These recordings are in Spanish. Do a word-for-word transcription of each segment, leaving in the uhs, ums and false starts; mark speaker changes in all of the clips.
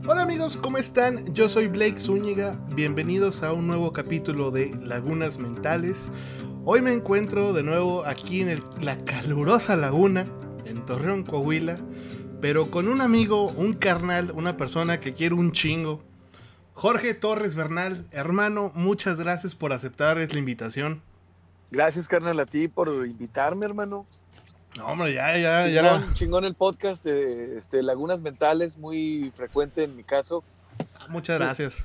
Speaker 1: Hola amigos, ¿cómo están? Yo soy Blake Zúñiga, bienvenidos a un nuevo capítulo de Lagunas Mentales. Hoy me encuentro de nuevo aquí en el, la calurosa laguna, en Torreón, Coahuila, pero con un amigo, un carnal, una persona que quiero un chingo. Jorge Torres Bernal, hermano, muchas gracias por aceptar la invitación.
Speaker 2: Gracias, carnal, a ti por invitarme, hermano.
Speaker 1: No, hombre, ya, ya,
Speaker 2: chingón,
Speaker 1: ya era...
Speaker 2: Chingón el podcast de este, Lagunas Mentales, muy frecuente en mi caso.
Speaker 1: Muchas gracias.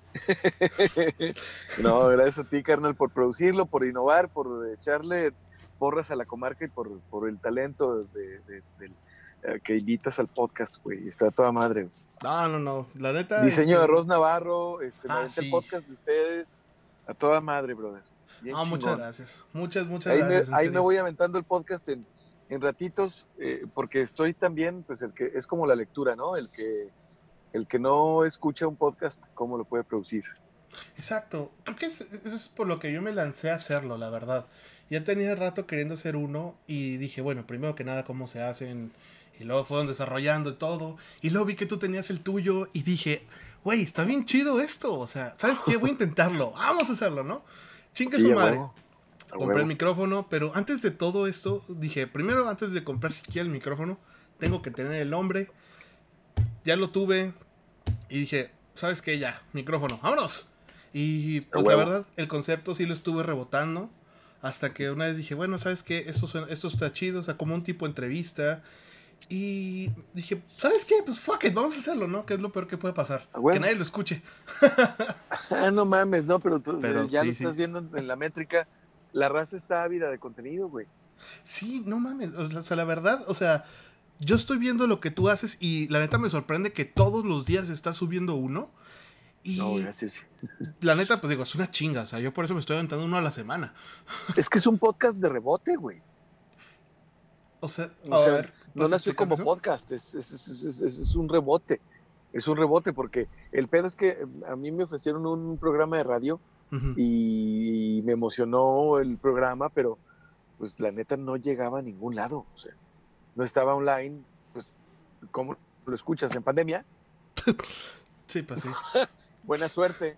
Speaker 2: No, gracias a ti, carnal, por producirlo, por innovar, por echarle porras a la comarca y por, por el talento de, de, de, de, que invitas al podcast, güey. Está toda madre, güey.
Speaker 1: No, no, no, la neta...
Speaker 2: Diseño
Speaker 1: este...
Speaker 2: de Arroz Navarro, este, me
Speaker 1: Ah,
Speaker 2: aventé
Speaker 1: sí.
Speaker 2: el podcast de ustedes. A toda madre, brother. Bien
Speaker 1: Ah,
Speaker 2: chingón.
Speaker 1: muchas gracias. Muchas, muchas
Speaker 2: ahí
Speaker 1: gracias.
Speaker 2: Me, ahí me voy aventando el podcast en, en ratitos, eh, porque estoy también, pues el que es como la lectura, ¿no? El que, el que no escucha un podcast, ¿cómo lo puede producir?
Speaker 1: Exacto. Creo que es, eso es por lo que yo me lancé a hacerlo, la verdad. Ya tenía rato queriendo hacer uno y dije, bueno, primero que nada, cómo se hacen. Y luego fueron desarrollando todo. Y luego vi que tú tenías el tuyo y dije, güey, está bien chido esto. O sea, ¿sabes qué? Voy a intentarlo. Vamos a hacerlo, ¿no? Chingue
Speaker 2: Sí,
Speaker 1: su
Speaker 2: a
Speaker 1: madre.
Speaker 2: huevo. A
Speaker 1: Compré
Speaker 2: huevo.
Speaker 1: el micrófono, pero antes de todo esto, dije, primero antes de comprar siquiera el micrófono, tengo que tener el nombre. Ya lo tuve y dije, ¿sabes qué? Ya, micrófono, vámonos. Y pues la verdad, el concepto sí lo estuve rebotando. Hasta que una vez dije, bueno, ¿sabes qué? Esto, suena, esto está chido, o sea, como un tipo de entrevista. Y dije, ¿sabes qué? Pues fuck it, vamos a hacerlo, ¿no? Que es lo peor que puede pasar. Que nadie lo escuche.
Speaker 2: Ah, no mames, no, pero, tú,
Speaker 1: pero
Speaker 2: ya
Speaker 1: sí,
Speaker 2: lo estás
Speaker 1: sí.
Speaker 2: viendo en la métrica. La raza está ávida de contenido, güey.
Speaker 1: Sí, no mames. O sea, la verdad, o sea, yo estoy viendo lo que tú haces y la neta me sorprende que todos los días estás subiendo uno. Y
Speaker 2: no, gracias.
Speaker 1: La neta, pues digo, es una chinga. O sea, yo por eso me estoy aventando uno a la semana.
Speaker 2: Es que es un podcast de rebote, güey.
Speaker 1: O sea,
Speaker 2: O
Speaker 1: a
Speaker 2: sea,
Speaker 1: ver,
Speaker 2: no
Speaker 1: ¿puedes
Speaker 2: nació
Speaker 1: explicarme
Speaker 2: como
Speaker 1: eso?
Speaker 2: podcast, es, es, es, es, es un rebote. Es un rebote porque el pedo es que a mí me ofrecieron un programa de radio
Speaker 1: Uh-huh.
Speaker 2: y me emocionó el programa, pero pues la neta no llegaba a ningún lado. O sea, no estaba online, pues, ¿cómo lo escuchas en pandemia?
Speaker 1: Sí, pues sí.
Speaker 2: Buena suerte.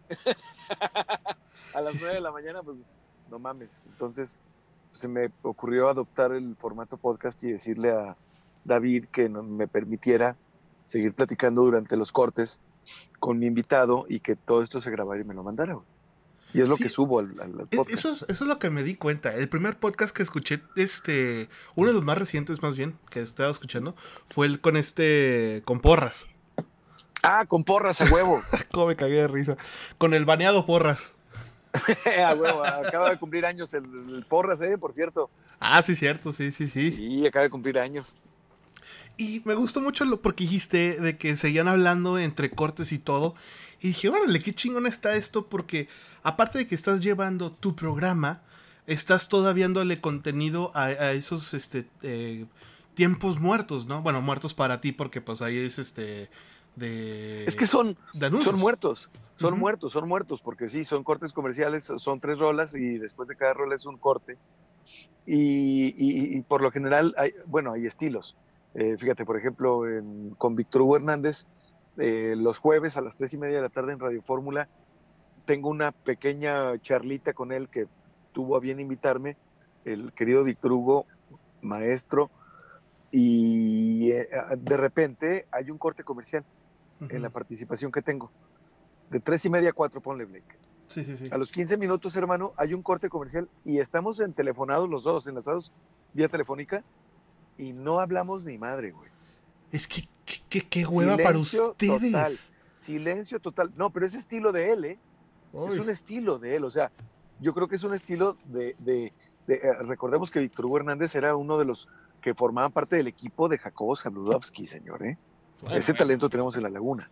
Speaker 2: A las nueve sí, de la mañana, pues, no mames. Entonces, se me ocurrió adoptar el formato podcast y decirle a David que no, me permitiera seguir platicando durante los cortes con mi invitado y que todo esto se grabara y me lo mandara, güey. Y es lo
Speaker 1: Sí,
Speaker 2: que subo al, al podcast.
Speaker 1: Eso es, eso es lo que me di cuenta. El primer podcast que escuché, este, uno de los más recientes más bien, que estaba escuchando, fue el con este, con Porras.
Speaker 2: Ah, con Porras, a huevo.
Speaker 1: Cómo me cagué de risa. Con el baneado Porras.
Speaker 2: A huevo, acaba de cumplir años el, el Porras, eh, por cierto.
Speaker 1: Ah, sí, cierto, sí, sí, sí.
Speaker 2: Sí, acaba de cumplir años.
Speaker 1: Y me gustó mucho lo porque dijiste de que seguían hablando entre cortes y todo. Y dije, órale, qué chingón está esto, porque aparte de que estás llevando tu programa, estás todavía dándole contenido a, a esos este eh, tiempos muertos, ¿no? Bueno, muertos para ti, porque pues ahí es este de.
Speaker 2: Es que son,
Speaker 1: de
Speaker 2: son muertos. Son
Speaker 1: uh-huh.
Speaker 2: muertos, son muertos, porque sí, son cortes comerciales, son tres rolas y después de cada rola es un corte. Y, y, y por lo general, hay, bueno, hay estilos. Eh, fíjate, por ejemplo, en, con Víctor Hugo Hernández, eh, los jueves a las tres y media de la tarde en Radio Fórmula, tengo una pequeña charlita con él que tuvo a bien invitarme, el querido Víctor Hugo, maestro, y eh, de repente hay un corte comercial uh-huh. en la participación que tengo. De tres y media a cuatro, ponle, Blake.
Speaker 1: Sí, sí, sí.
Speaker 2: A los quince minutos, hermano, hay un corte comercial y estamos en telefonados los dos, enlazados vía telefónica, y no hablamos ni madre, güey.
Speaker 1: Es que, qué qué hueva
Speaker 2: silencio
Speaker 1: para ustedes.
Speaker 2: Total, silencio total. No, pero es estilo de él, ¿eh? Uy. Es un estilo de él, o sea, yo creo que es un estilo de... de, de eh, recordemos que Víctor Hugo Hernández era uno de los que formaban parte del equipo de Jacobo Zabludovsky, señor, ¿eh? Bueno, Ese bueno. talento tenemos en la laguna.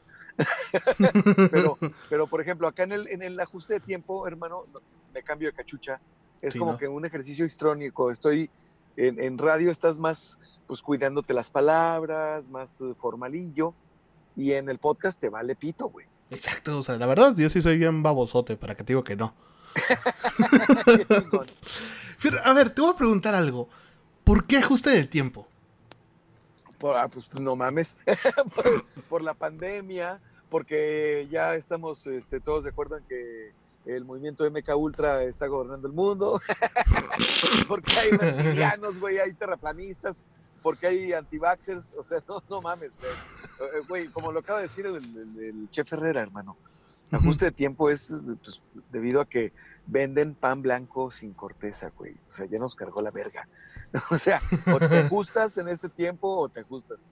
Speaker 2: pero, pero, por ejemplo, acá en el, en el ajuste de tiempo, hermano, me cambio de cachucha. Es sí, como ¿no? que un ejercicio histrónico. Estoy en, en radio, estás más pues cuidándote las palabras, más uh, formalillo. Y en el podcast te vale pito, güey.
Speaker 1: Exacto, o sea, la verdad, yo sí soy bien babosote, para que te digo que no. Pero, a ver, te voy a preguntar algo. ¿Por qué ajuste del tiempo?
Speaker 2: Por, ah, pues no mames. por, por la pandemia, porque ya estamos este, todos de acuerdo en que el movimiento M K Ultra está gobernando el mundo, porque hay reptilianos, güey, hay terraplanistas, porque hay anti-vaxxers, o sea, no, no mames, güey, como lo acaba de decir el, el, el Chef Herrera, hermano, ajuste de tiempo es pues, debido a que venden pan blanco sin corteza, güey, o sea, ya nos cargó la verga, o sea, o te ajustas en este tiempo o te ajustas.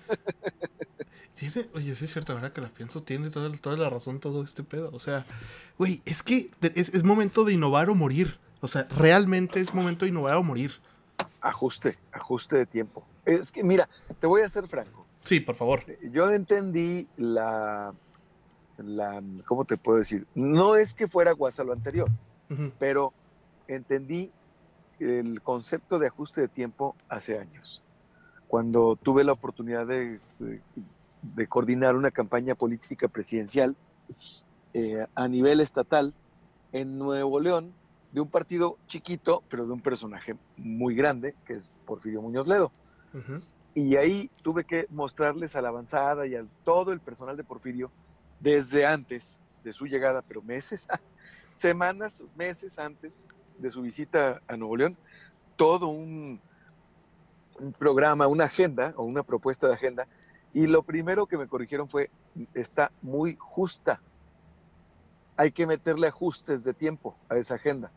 Speaker 1: Tiene, oye, sí es cierto, ahora que la pienso, tiene toda, toda la razón todo este pedo. O sea, güey, es que es, es momento de innovar o morir. O sea, realmente es momento de innovar o morir.
Speaker 2: Ajuste, ajuste de tiempo. Es que, mira, te voy a ser franco.
Speaker 1: Sí, por favor.
Speaker 2: Yo entendí la, la ¿cómo te puedo decir? No es que fuera guasa lo anterior, uh-huh. pero entendí el concepto de ajuste de tiempo hace años. Cuando tuve la oportunidad de... de de coordinar una campaña política presidencial eh, a nivel estatal en Nuevo León, de un partido chiquito, pero de un personaje muy grande, que es Porfirio Muñoz Ledo. Uh-huh. Y ahí tuve que mostrarles a la avanzada y a todo el personal de Porfirio, desde antes de su llegada, pero meses, semanas, meses antes de su visita a Nuevo León, todo un, un programa, una agenda o una propuesta de agenda. Y lo primero que me corrigieron fue, está muy justa. Hay que meterle ajustes de tiempo a esa agenda.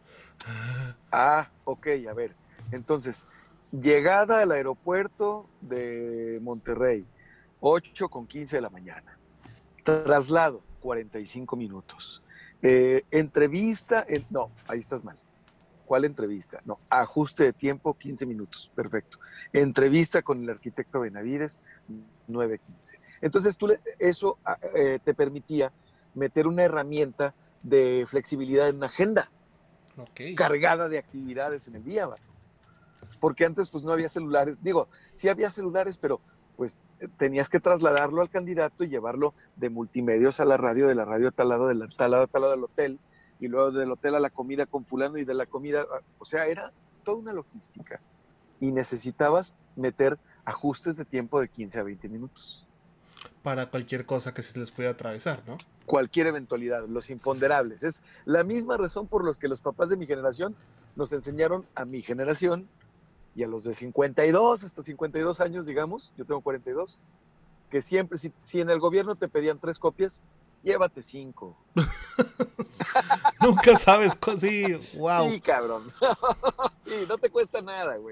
Speaker 2: Ah, ok, a ver. Entonces, llegada al aeropuerto de Monterrey, ocho con quince de la mañana. Traslado, cuarenta y cinco minutos. Eh, entrevista, en, no, ahí estás mal. ¿Cuál entrevista? No, ajuste de tiempo, quince minutos, perfecto. Entrevista con el arquitecto Benavides, nueve quince. Entonces, tú le, eso eh, te permitía meter una herramienta de flexibilidad en una agenda, okay, cargada de actividades en el día, vato. Porque antes, pues, no había celulares. Digo, sí había celulares, pero, pues, tenías que trasladarlo al candidato y llevarlo de multimedios a la radio, de la radio a tal lado, de la, tal lado a tal lado del hotel, y luego del hotel a la comida con fulano y de la comida, o sea, era toda una logística y necesitabas meter ajustes de tiempo de quince a veinte minutos.
Speaker 1: Para cualquier cosa que se les pueda atravesar, ¿no?
Speaker 2: Cualquier eventualidad, los imponderables. Es la misma razón por los que los papás de mi generación nos enseñaron a mi generación y a los de cincuenta y dos, hasta cincuenta y dos años, digamos, yo tengo cuarenta y dos, que siempre, si, si en el gobierno te pedían tres copias, llévate cinco.
Speaker 1: Nunca sabes, sí, wow.
Speaker 2: Sí, cabrón. Sí, no te cuesta nada, güey.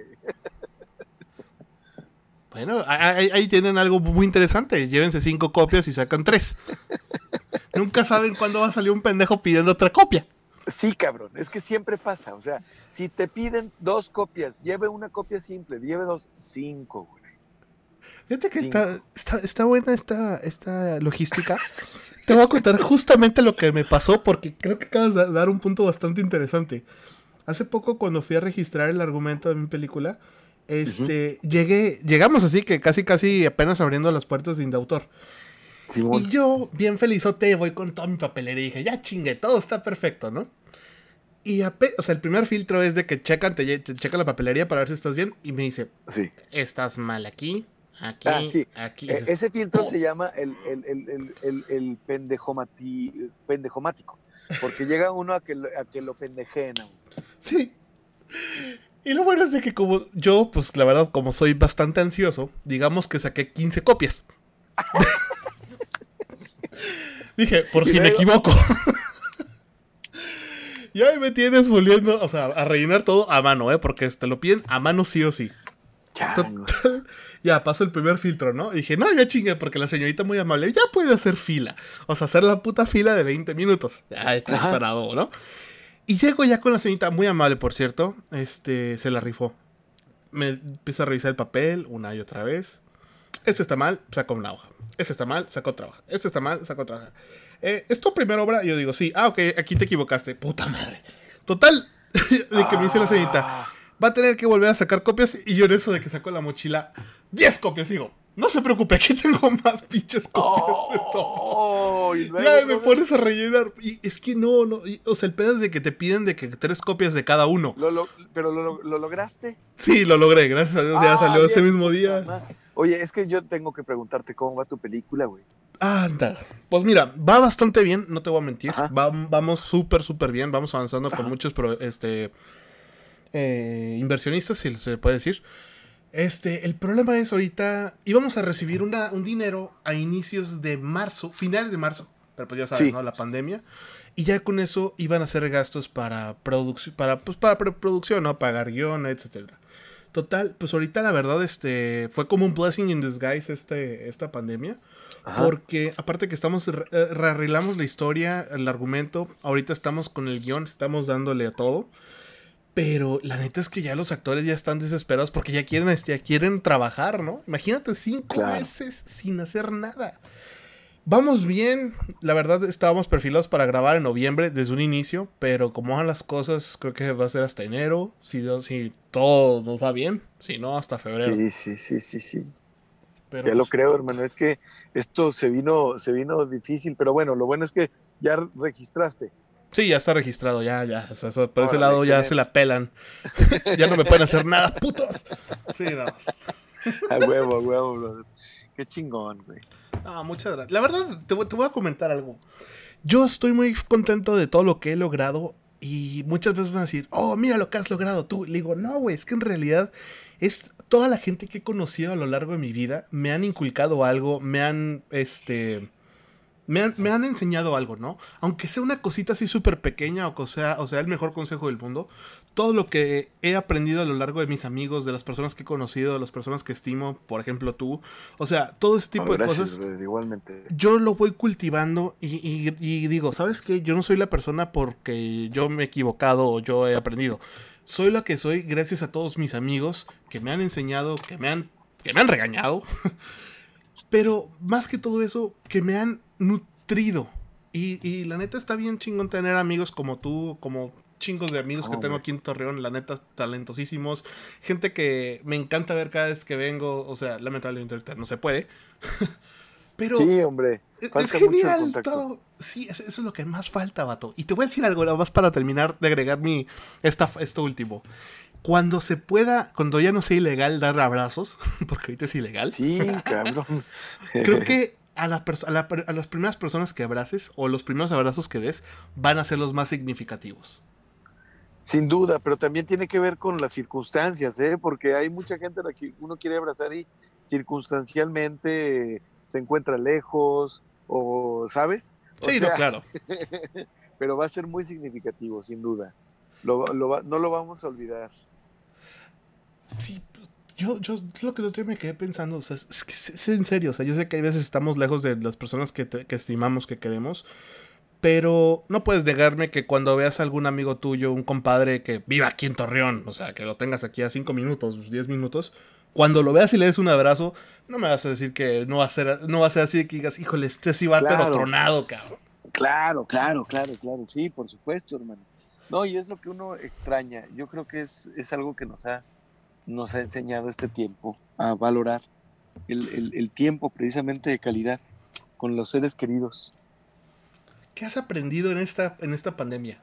Speaker 1: Bueno, ahí, ahí tienen algo muy interesante. Llévense cinco copias y sacan tres. Nunca saben cuándo va a salir un pendejo pidiendo otra copia.
Speaker 2: Sí, cabrón, es que siempre pasa. O sea, si te piden dos copias, lleve una copia simple, lleve dos, cinco, güey.
Speaker 1: Fíjate que está, está, está buena esta, esta logística. Te voy a contar justamente lo que me pasó porque creo que acabas de dar un punto bastante interesante. Hace poco cuando fui a registrar el argumento de mi película, este, uh-huh. llegué, llegamos así que casi casi apenas abriendo las puertas de Indautor. Simón. Y yo, bien felizote, voy con toda mi papelera y dije, ya chingue, todo está perfecto, ¿no? Y, ape- o sea, el primer filtro es de que checan, te, te checan la papelería para ver si estás bien y me dice,
Speaker 2: sí,
Speaker 1: estás mal aquí. Aquí,
Speaker 2: ah, sí.
Speaker 1: aquí.
Speaker 2: Eh, ese filtro ¡oh! Se llama el, el, el, el, el, el pendejomati, pendejomático, porque llega uno a que, a que lo pendejeen.
Speaker 1: Sí. Y lo bueno es de que como yo, pues la verdad, como soy bastante ansioso, digamos que saqué quince copias. Dije, por si luego... me equivoco. Y ahí me tienes volviendo, o sea, a rellenar todo a mano, ¿eh? Porque te lo piden a mano sí o sí. Total, ya pasó el primer filtro, ¿no? Y dije, no, ya chingue, porque la señorita muy amable, ya puede hacer fila. O sea, hacer la puta fila de veinte minutos. Ya estoy parado, ¿no? Y llego ya con la señorita muy amable, por cierto. Este, se la rifó. Me empieza a revisar el papel una y otra vez. Este está mal, saca una hoja. Este está mal, saca otra hoja. Este está mal, saca otra hoja. Eh, ¿Es tu primera obra? Y yo digo, sí. Ah, ok, aquí te equivocaste. Puta madre. Total, de que me dice la señorita, va a tener que volver a sacar copias. Y yo en eso de que sacó la mochila diez copias, digo, no se preocupe, aquí tengo más pinches copias oh, de todo. Y luego, ya me ¿no? pones a rellenar. Y es que no, no. Y, o sea, el pedo es de que te piden de que tres copias de cada uno.
Speaker 2: Lo, lo, ¿Pero lo, lo lograste?
Speaker 1: Sí, lo logré, gracias a Dios. Ah, ya salió bien, ese mismo día.
Speaker 2: Mamá. Oye, es que yo tengo que preguntarte cómo va tu película, güey.
Speaker 1: Anda. Pues mira, va bastante bien, no te voy a mentir.
Speaker 2: Ajá.
Speaker 1: Va, vamos súper, súper bien. Vamos avanzando
Speaker 2: Ajá.
Speaker 1: con muchos pro, este, eh, inversionistas, si se puede decir. Este, el problema es ahorita íbamos a recibir una, un dinero a inicios de marzo, finales de marzo, pero pues ya sabes,
Speaker 2: Sí,
Speaker 1: ¿no? La pandemia. Y ya con eso iban a hacer gastos para producción, para, pues para preproducción, ¿no? Pagar guiones, etcétera. Total, pues ahorita la verdad, este, fue como un blessing in disguise este, esta pandemia.
Speaker 2: ajá,
Speaker 1: Porque aparte que estamos, re- eh, rearreglamos la historia, el argumento, ahorita estamos con el guión, estamos dándole a todo. Pero la neta es que ya los actores ya están desesperados porque ya quieren, este, ya quieren trabajar, ¿no? Imagínate cinco
Speaker 2: claro.
Speaker 1: meses sin hacer nada. Vamos bien, la verdad estábamos perfilados para grabar en noviembre desde un inicio, pero como van las cosas, creo que va a ser hasta enero, si, si todo nos va bien, si no, hasta febrero.
Speaker 2: Sí, sí, sí, sí, sí.
Speaker 1: Pero
Speaker 2: Ya lo
Speaker 1: pues
Speaker 2: creo, hermano. Es que esto se vino, se vino difícil, pero bueno, lo bueno es que ya registraste.
Speaker 1: sí, ya está registrado, ya, ya, o sea, eso- por ese
Speaker 2: Órale,
Speaker 1: lado ya se
Speaker 2: excelente.
Speaker 1: la pelan, ya no me pueden hacer nada, putos. Sí, no.
Speaker 2: A huevo, a huevo, brother. Qué chingón, güey.
Speaker 1: No, muchas gracias. La verdad, te, voy- te voy a comentar algo. Yo estoy muy contento de todo lo que he logrado y muchas veces van a decir, oh, mira lo que has logrado tú. Le digo, no, güey, es que en realidad es toda la gente que he conocido a lo largo de mi vida me han inculcado algo, me han, este, me han, me han enseñado algo, ¿no? Aunque sea una cosita así súper pequeña o que sea, o sea el mejor consejo del mundo, todo lo que he aprendido a lo largo de mis amigos, de las personas que he conocido, de las personas que estimo, por ejemplo tú, o sea, todo ese
Speaker 2: No,
Speaker 1: tipo de
Speaker 2: gracias,
Speaker 1: cosas
Speaker 2: brother, igualmente.
Speaker 1: yo lo voy cultivando y, y- y digo, ¿sabes qué? Yo no soy la persona porque yo me he equivocado o yo he aprendido. Soy la que soy gracias a todos mis amigos que me han enseñado, que me han, que me han regañado, pero más que todo eso, que me han nutrido. Y, y la neta está bien chingón tener amigos como tú, como chingos de amigos
Speaker 2: No,
Speaker 1: que tengo
Speaker 2: hombre.
Speaker 1: aquí en Torreón, la neta, talentosísimos. Gente que me encanta ver cada vez que vengo, o sea, lamentablemente ahorita no se puede. Pero
Speaker 2: Sí, hombre.
Speaker 1: es, es
Speaker 2: Falta mucho el
Speaker 1: genial
Speaker 2: contacto.
Speaker 1: todo. Sí, eso, eso es lo que más falta, vato. Y te voy a decir algo nada más para terminar de agregar mi esta, esto último. Cuando se pueda, cuando ya no sea ilegal dar abrazos, porque ahorita es ilegal,
Speaker 2: Sí, cabrón.
Speaker 1: creo que a, la a, la, a las primeras personas que abraces o los primeros abrazos que des van a ser los más significativos.
Speaker 2: Sin duda, pero también tiene que ver con las circunstancias, ¿eh? Porque hay mucha gente a la que uno quiere abrazar y circunstancialmente se encuentra lejos o, ¿sabes? O
Speaker 1: Sí, no,
Speaker 2: sea,
Speaker 1: claro.
Speaker 2: pero va a ser muy significativo, sin duda. Lo, lo va- no lo vamos a olvidar.
Speaker 1: Sí, yo, yo es lo que el otro día me quedé pensando, o sea, es que es, es en serio, o sea, yo sé que hay veces estamos lejos de las personas que, te, que estimamos, que queremos, pero no puedes negarme que cuando veas a algún amigo tuyo, un compadre que viva aquí en Torreón, o sea, que lo tengas aquí a cinco minutos, diez minutos, cuando lo veas y le des un abrazo, no me vas a decir que no va a ser, no va a ser así que digas, híjole, este sí va pero
Speaker 2: Claro,
Speaker 1: tronado, cabrón.
Speaker 2: claro, claro, claro, claro. Sí, por supuesto, hermano. No, y es lo que uno extraña. Yo creo que es, es algo que nos ha, nos ha enseñado este tiempo a valorar el, el, el tiempo precisamente de calidad con los seres queridos.
Speaker 1: ¿Qué has aprendido en esta, en esta pandemia?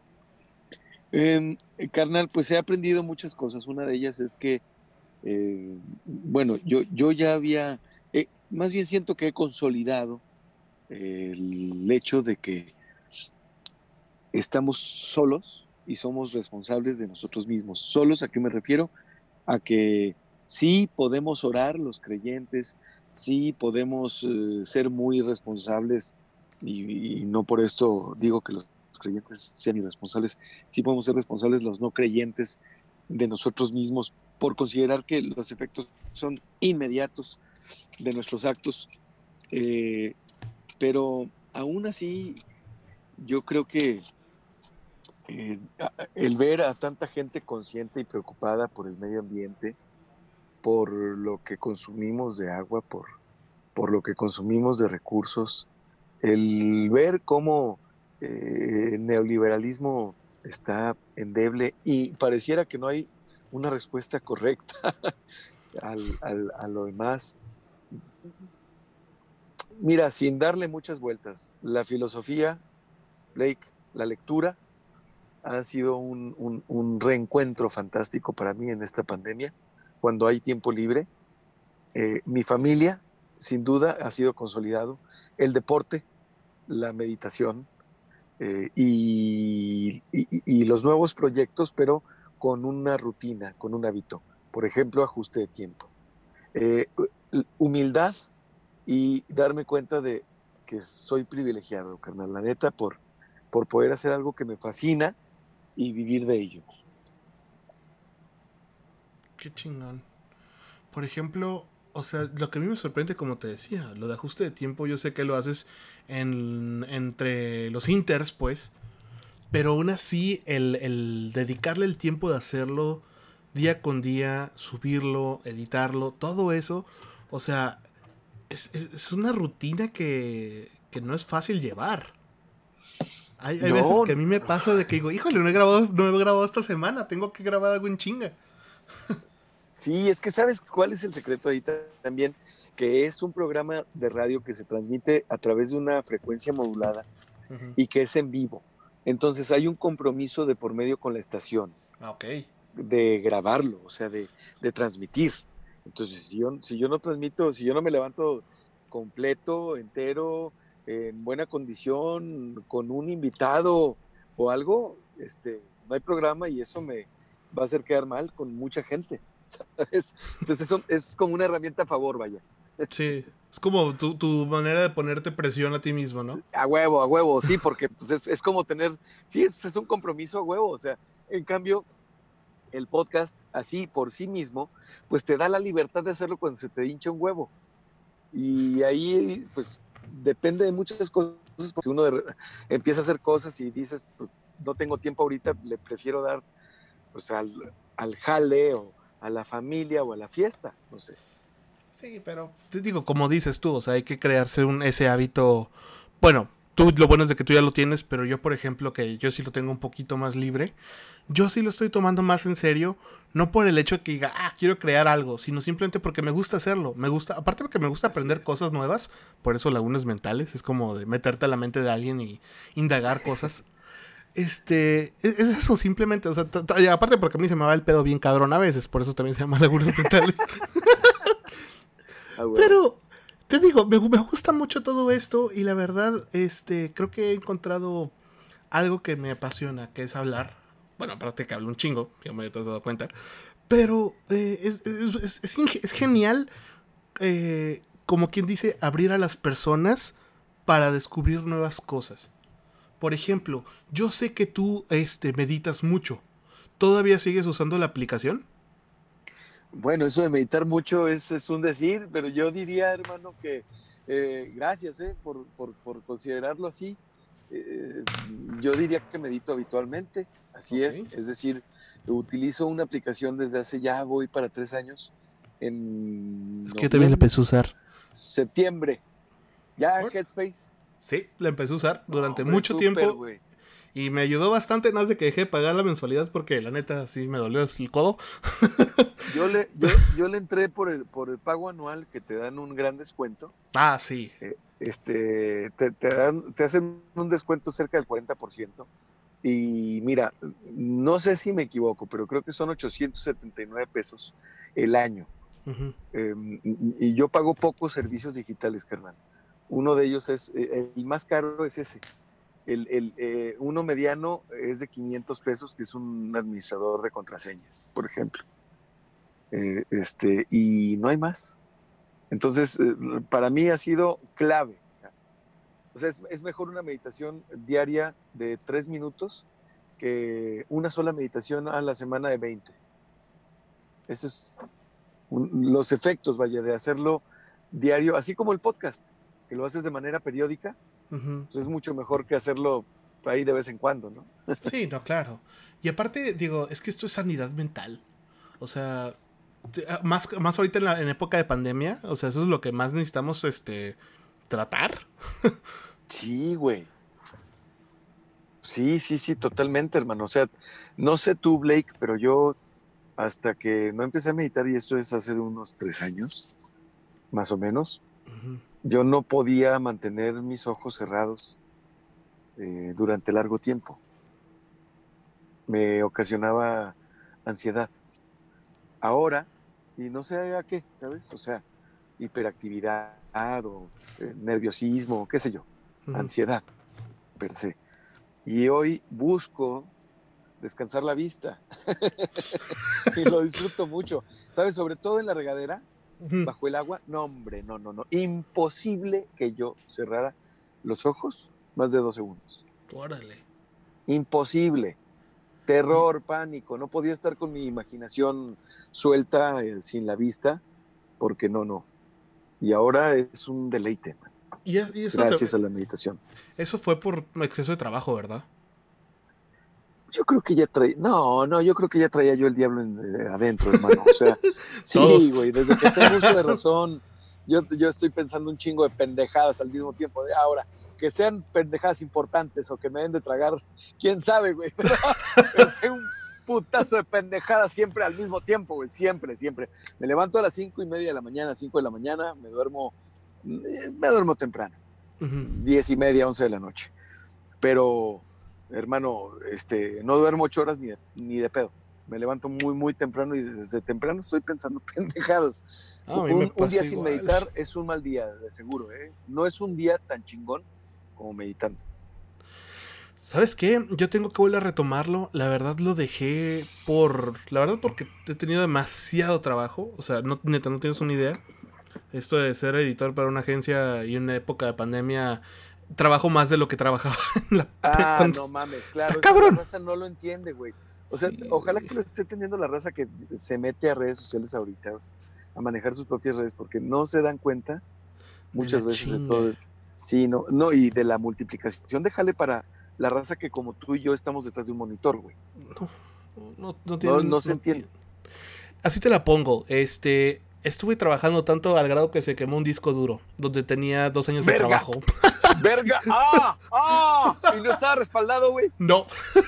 Speaker 2: Eh, carnal, pues he aprendido muchas cosas. Una de ellas es que, eh, bueno, yo, yo ya había, eh, más bien siento que he consolidado eh, el hecho de que estamos solos y somos responsables de nosotros mismos. ¿Solos a qué me refiero? A que sí podemos orar los creyentes, sí podemos eh, ser muy responsables y, y no por esto digo que los creyentes sean irresponsables, sí podemos ser responsables los no creyentes de nosotros mismos por considerar que los efectos son inmediatos de nuestros actos, eh, pero aún así yo creo que eh, el ver a tanta gente consciente y preocupada por el medio ambiente, por lo que consumimos de agua, por, por lo que consumimos de recursos, el ver cómo eh, el neoliberalismo está endeble y pareciera que no hay una respuesta correcta al, al, a lo demás. Mira, sin darle muchas vueltas, la filosofía, Blake, la lectura, ha sido un, un, un reencuentro fantástico para mí en esta pandemia, cuando hay tiempo libre. Eh, mi familia, sin duda ha sido consolidado. El deporte, la meditación eh, y, y, y los nuevos proyectos, pero con una rutina, con un hábito. Por ejemplo, ajuste de tiempo. Eh, humildad y darme cuenta de que soy privilegiado, carnal, la neta, por, por poder hacer algo que me fascina y vivir de ello.
Speaker 1: Qué chingón. Por ejemplo, o sea, lo que a mí me sorprende, como te decía, lo de ajuste de tiempo, yo sé que lo haces en, entre los inters, pues, pero aún así, el, el dedicarle el tiempo de hacerlo día con día, subirlo, editarlo, todo eso, o sea, es, es, es una rutina que, que no es fácil llevar. Hay, hay veces
Speaker 2: No,
Speaker 1: que a mí me pasa de que digo, híjole, no he grabado, no he grabado esta semana, tengo que grabar algo en chinga.
Speaker 2: sí, es que sabes cuál es el secreto ahí también, que es un programa de radio que se transmite a través de una frecuencia modulada
Speaker 1: Uh-huh.
Speaker 2: y que es en vivo. Entonces hay un compromiso de por medio con la estación,
Speaker 1: Ah, ok.
Speaker 2: de grabarlo, o sea, de, de transmitir. Entonces, si yo, si yo no transmito, si yo no me levanto completo, entero, en buena condición, con un invitado o algo, este, no hay programa y eso me va a hacer quedar mal con mucha gente, ¿sabes? Entonces, eso es como una herramienta a favor, vaya.
Speaker 1: Sí, es como tu, tu manera de ponerte presión a ti mismo, ¿no?
Speaker 2: A huevo, a huevo, sí, porque pues, es, es como tener, sí, es, es un compromiso a huevo, o sea, en cambio, el podcast así por sí mismo, pues te da la libertad de hacerlo cuando se te hincha un huevo. Y ahí, pues, depende de muchas cosas, porque uno de, empieza a hacer cosas y dices, pues, no tengo tiempo ahorita, le prefiero dar, pues, al, al jale o a la familia o a la fiesta, no sé.
Speaker 1: Sí, pero te digo, como dices tú, o sea, hay que crearse un, ese hábito. Bueno, tú lo bueno es de que tú ya lo tienes, pero yo, por ejemplo, que yo sí lo tengo un poquito más libre, yo sí lo estoy tomando más en serio, no por el hecho de que diga, ah, quiero crear algo, sino simplemente porque me gusta hacerlo. Me gusta, aparte porque me gusta
Speaker 2: Así
Speaker 1: aprender
Speaker 2: es.
Speaker 1: cosas nuevas, por eso lagunas mentales, es como de meterte a la mente de alguien y indagar cosas. Este, es, es eso simplemente, o sea, t- t- aparte porque a mí se me va el pedo bien cabrón a veces, por eso también se llama lagunas mentales.
Speaker 2: A huevo.
Speaker 1: Pero te digo, me, me gusta mucho todo esto y la verdad, este, creo que he encontrado algo que me apasiona, que es hablar. Bueno, aparte que hablo un chingo, ya me te has dado cuenta. Pero eh, es, es, es, es, inge- es genial, eh, como quien dice, abrir a las personas para descubrir nuevas cosas. Por ejemplo, yo sé que tú este, meditas mucho. ¿Todavía sigues usando la aplicación?
Speaker 2: Bueno, eso de meditar mucho es, es un decir, pero yo diría, hermano, que eh, gracias eh, por, por, por considerarlo así. Eh, yo diría que medito habitualmente, así
Speaker 1: Ok.
Speaker 2: es. Es decir, utilizo una aplicación desde hace ya, voy para tres años, en
Speaker 1: Es que yo también la
Speaker 2: noviembre,
Speaker 1: empecé a usar.
Speaker 2: septiembre. ¿Ya
Speaker 1: Bueno,
Speaker 2: Headspace?
Speaker 1: sí, la empecé a usar
Speaker 2: No,
Speaker 1: durante
Speaker 2: hombre,
Speaker 1: mucho
Speaker 2: súper,
Speaker 1: tiempo.
Speaker 2: güey.
Speaker 1: Y me ayudó bastante, nada más de que dejé de pagar la mensualidad porque la neta sí me dolió el codo.
Speaker 2: Yo le, yo, yo le entré por el, por el pago anual que te dan un gran descuento.
Speaker 1: Ah, sí.
Speaker 2: eh, este, te, te, dan, te hacen un descuento cerca del cuarenta por ciento. Y mira, no sé si me equivoco, pero creo que son ochocientos setenta y nueve pesos el año.
Speaker 1: Uh-huh.
Speaker 2: Eh, y yo pago pocos servicios digitales, carnal. Uno de ellos es, eh, el más caro es ese. El, el, eh, uno mediano es de quinientos pesos, que es un administrador de contraseñas, por ejemplo. Eh, este, y no hay más. Entonces, eh, para mí ha sido clave. O sea, es, es mejor una meditación diaria de tres minutos que una sola meditación a la semana de veinte. Esos es un, los efectos, vaya, de hacerlo diario, así como el podcast, que lo haces de manera periódica,
Speaker 1: Uh-huh.
Speaker 2: pues es mucho mejor que hacerlo ahí de vez en cuando, ¿no?
Speaker 1: Sí, no, claro. Y aparte, digo, es que esto es sanidad mental. O sea, más, más ahorita en la en época de pandemia, o sea, eso es lo que más necesitamos este tratar.
Speaker 2: Sí, güey. Sí, sí, sí, totalmente, hermano. O sea, no sé tú, Blake, pero yo hasta que no empecé a meditar, y esto es hace unos tres años, más o menos,
Speaker 1: Uh-huh.
Speaker 2: yo no podía mantener mis ojos cerrados eh, durante largo tiempo. Me ocasionaba ansiedad. Ahora, y no sé a qué, ¿sabes? O sea, hiperactividad o eh, nerviosismo, qué sé yo, uh-huh. ansiedad per se. Y hoy busco descansar la vista y lo disfruto mucho, ¿sabes? Sobre todo en la regadera, uh-huh. bajo el agua, no hombre, no, no, no, imposible que yo cerrara los ojos más de dos segundos.
Speaker 1: Órale.
Speaker 2: Imposible. Terror, pánico, no podía estar con mi imaginación suelta, eh, sin la vista, porque no, no. Y ahora es un deleite, man.
Speaker 1: ¿Y es, y eso
Speaker 2: gracias
Speaker 1: te...
Speaker 2: a la meditación.
Speaker 1: Eso fue por exceso de trabajo, ¿verdad?
Speaker 2: Yo creo que ya traía, no, no, yo creo que ya traía yo el diablo en, eh, adentro, hermano. O sea, sí, güey, desde que tengo uso de razón, yo, yo estoy pensando un chingo de pendejadas al mismo tiempo. De ahora, que sean pendejadas importantes o que me den de tragar, quién sabe, güey. Pero, pero tengo un putazo de pendejadas siempre al mismo tiempo, güey, siempre, siempre. Me levanto a las cinco y media de la mañana, cinco de la mañana, me duermo, me duermo temprano, uh-huh. diez y media, once de la noche. Pero, hermano, este, no duermo ocho horas ni de, ni de pedo. Me levanto muy, muy temprano y desde temprano estoy pensando pendejadas. Ah, un, un día sin meditar es un mal día, de seguro, ¿eh? No es un día tan chingón como meditando.
Speaker 1: ¿Sabes qué? Yo tengo que volver a retomarlo. La verdad lo dejé por... La verdad porque he tenido demasiado trabajo. O sea, no, neta, no tienes una idea. Esto de ser editor para una agencia y en una época de pandemia... Trabajo más de lo que trabajaba en la...
Speaker 2: Ah, cuando... no mames, claro.
Speaker 1: Está cabrón.
Speaker 2: La raza no lo entiende, güey. O sea, sí, ojalá que lo esté teniendo la raza que se mete a redes sociales ahorita, a manejar sus propias redes, porque no se dan cuenta muchas veces chinga. de todo. Sí, no, no, y de la multiplicación de jale para la raza que como tú y yo estamos detrás de un monitor, güey.
Speaker 1: No, no, no, tiene,
Speaker 2: no, no se no entiende.
Speaker 1: Tiene. Así te la pongo, este... Estuve trabajando tanto al grado que se quemó un disco duro, donde tenía dos años
Speaker 2: ¡Verga!
Speaker 1: de trabajo.
Speaker 2: ¡Verga! ¡Ah! ¡Ah! ¿Y no estaba respaldado, güey?
Speaker 1: No.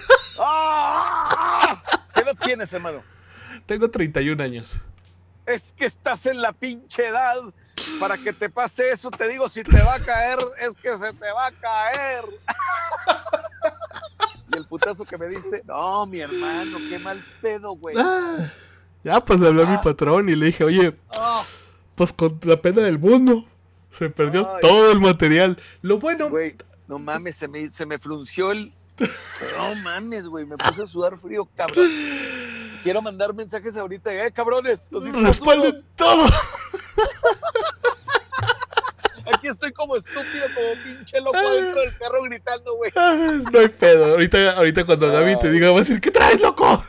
Speaker 2: ¡Ah! ¿Qué edad tienes, hermano?
Speaker 1: Tengo treinta y un años.
Speaker 2: Es que estás en la pinche edad para que te pase eso. Te digo, si te va a caer, es que se te va a caer. Y el putazo que me diste, no, mi hermano, qué mal pedo, güey.
Speaker 1: Ah. Ya, pues le hablé ah. a mi patrón y le dije, oye, oh. pues con la pena del mundo, se perdió Ay. todo el material. Lo bueno...
Speaker 2: Güey, no mames, se me, se me frunció el... No mames, güey, me puse a sudar frío, cabrón. Quiero mandar mensajes ahorita, eh, cabrones.
Speaker 1: Respalden todo.
Speaker 2: Aquí estoy como estúpido, como pinche loco adentro del carro gritando, güey.
Speaker 1: No hay pedo, ahorita, ahorita cuando oh. Gaby te diga, va a decir, ¿qué traes, loco?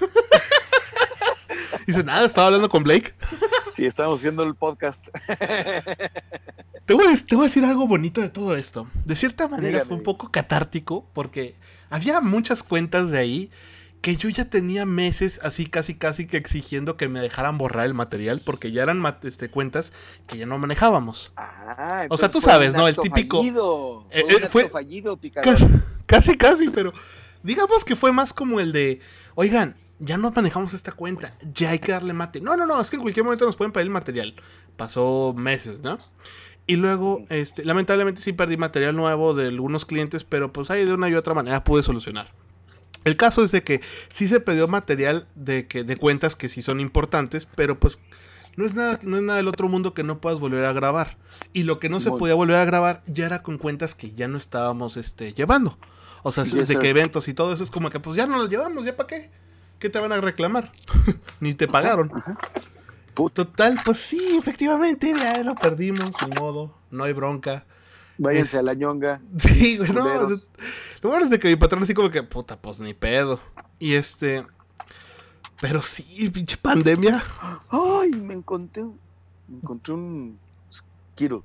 Speaker 1: Dice, nada, estaba hablando con Blake.
Speaker 2: Sí, estábamos haciendo el podcast.
Speaker 1: Te voy, a, te voy a decir algo bonito de todo esto. De cierta manera
Speaker 2: Dígame.
Speaker 1: Fue un poco catártico, porque había muchas cuentas de ahí que yo ya tenía meses así casi casi que exigiendo que me dejaran borrar el material, porque ya eran este, cuentas que ya no manejábamos.
Speaker 2: Ah,
Speaker 1: o sea, tú sabes, ¿no? El típico...
Speaker 2: Fallido.
Speaker 1: Eh,
Speaker 2: fue un
Speaker 1: eh, fue
Speaker 2: fallido, picador.
Speaker 1: Casi, casi, casi, pero digamos que fue más como el de, oigan, ya no manejamos esta cuenta, ya hay que darle mate. No, no, no, es que en cualquier momento nos pueden pedir el material. Pasó meses, ¿no? Y luego, este, lamentablemente sí perdí material nuevo de algunos clientes, pero pues ahí de una y otra manera pude solucionar. El caso es de que sí se perdió material de, que, de cuentas que sí son importantes, pero pues no es nada, no es nada del otro mundo que no puedas volver a grabar. Y lo que no se Muy... podía volver a grabar ya era con cuentas que ya no estábamos este, llevando. O sea, yes, de que eventos y todo eso es como que pues ya no los llevamos, ¿ya para qué? ¿Qué te van a reclamar? Ni te pagaron.
Speaker 2: Ajá, ajá.
Speaker 1: Total, pues sí, efectivamente, ya lo perdimos, ni modo, no hay bronca.
Speaker 2: Váyanse es... a la ñonga.
Speaker 1: Sí, güey, no. Lo bueno es de que mi patrón así como que, puta, pues ni pedo. Y este... Pero sí, pinche pandemia.
Speaker 2: Ay, me encontré un... Me encontré un... Skittle.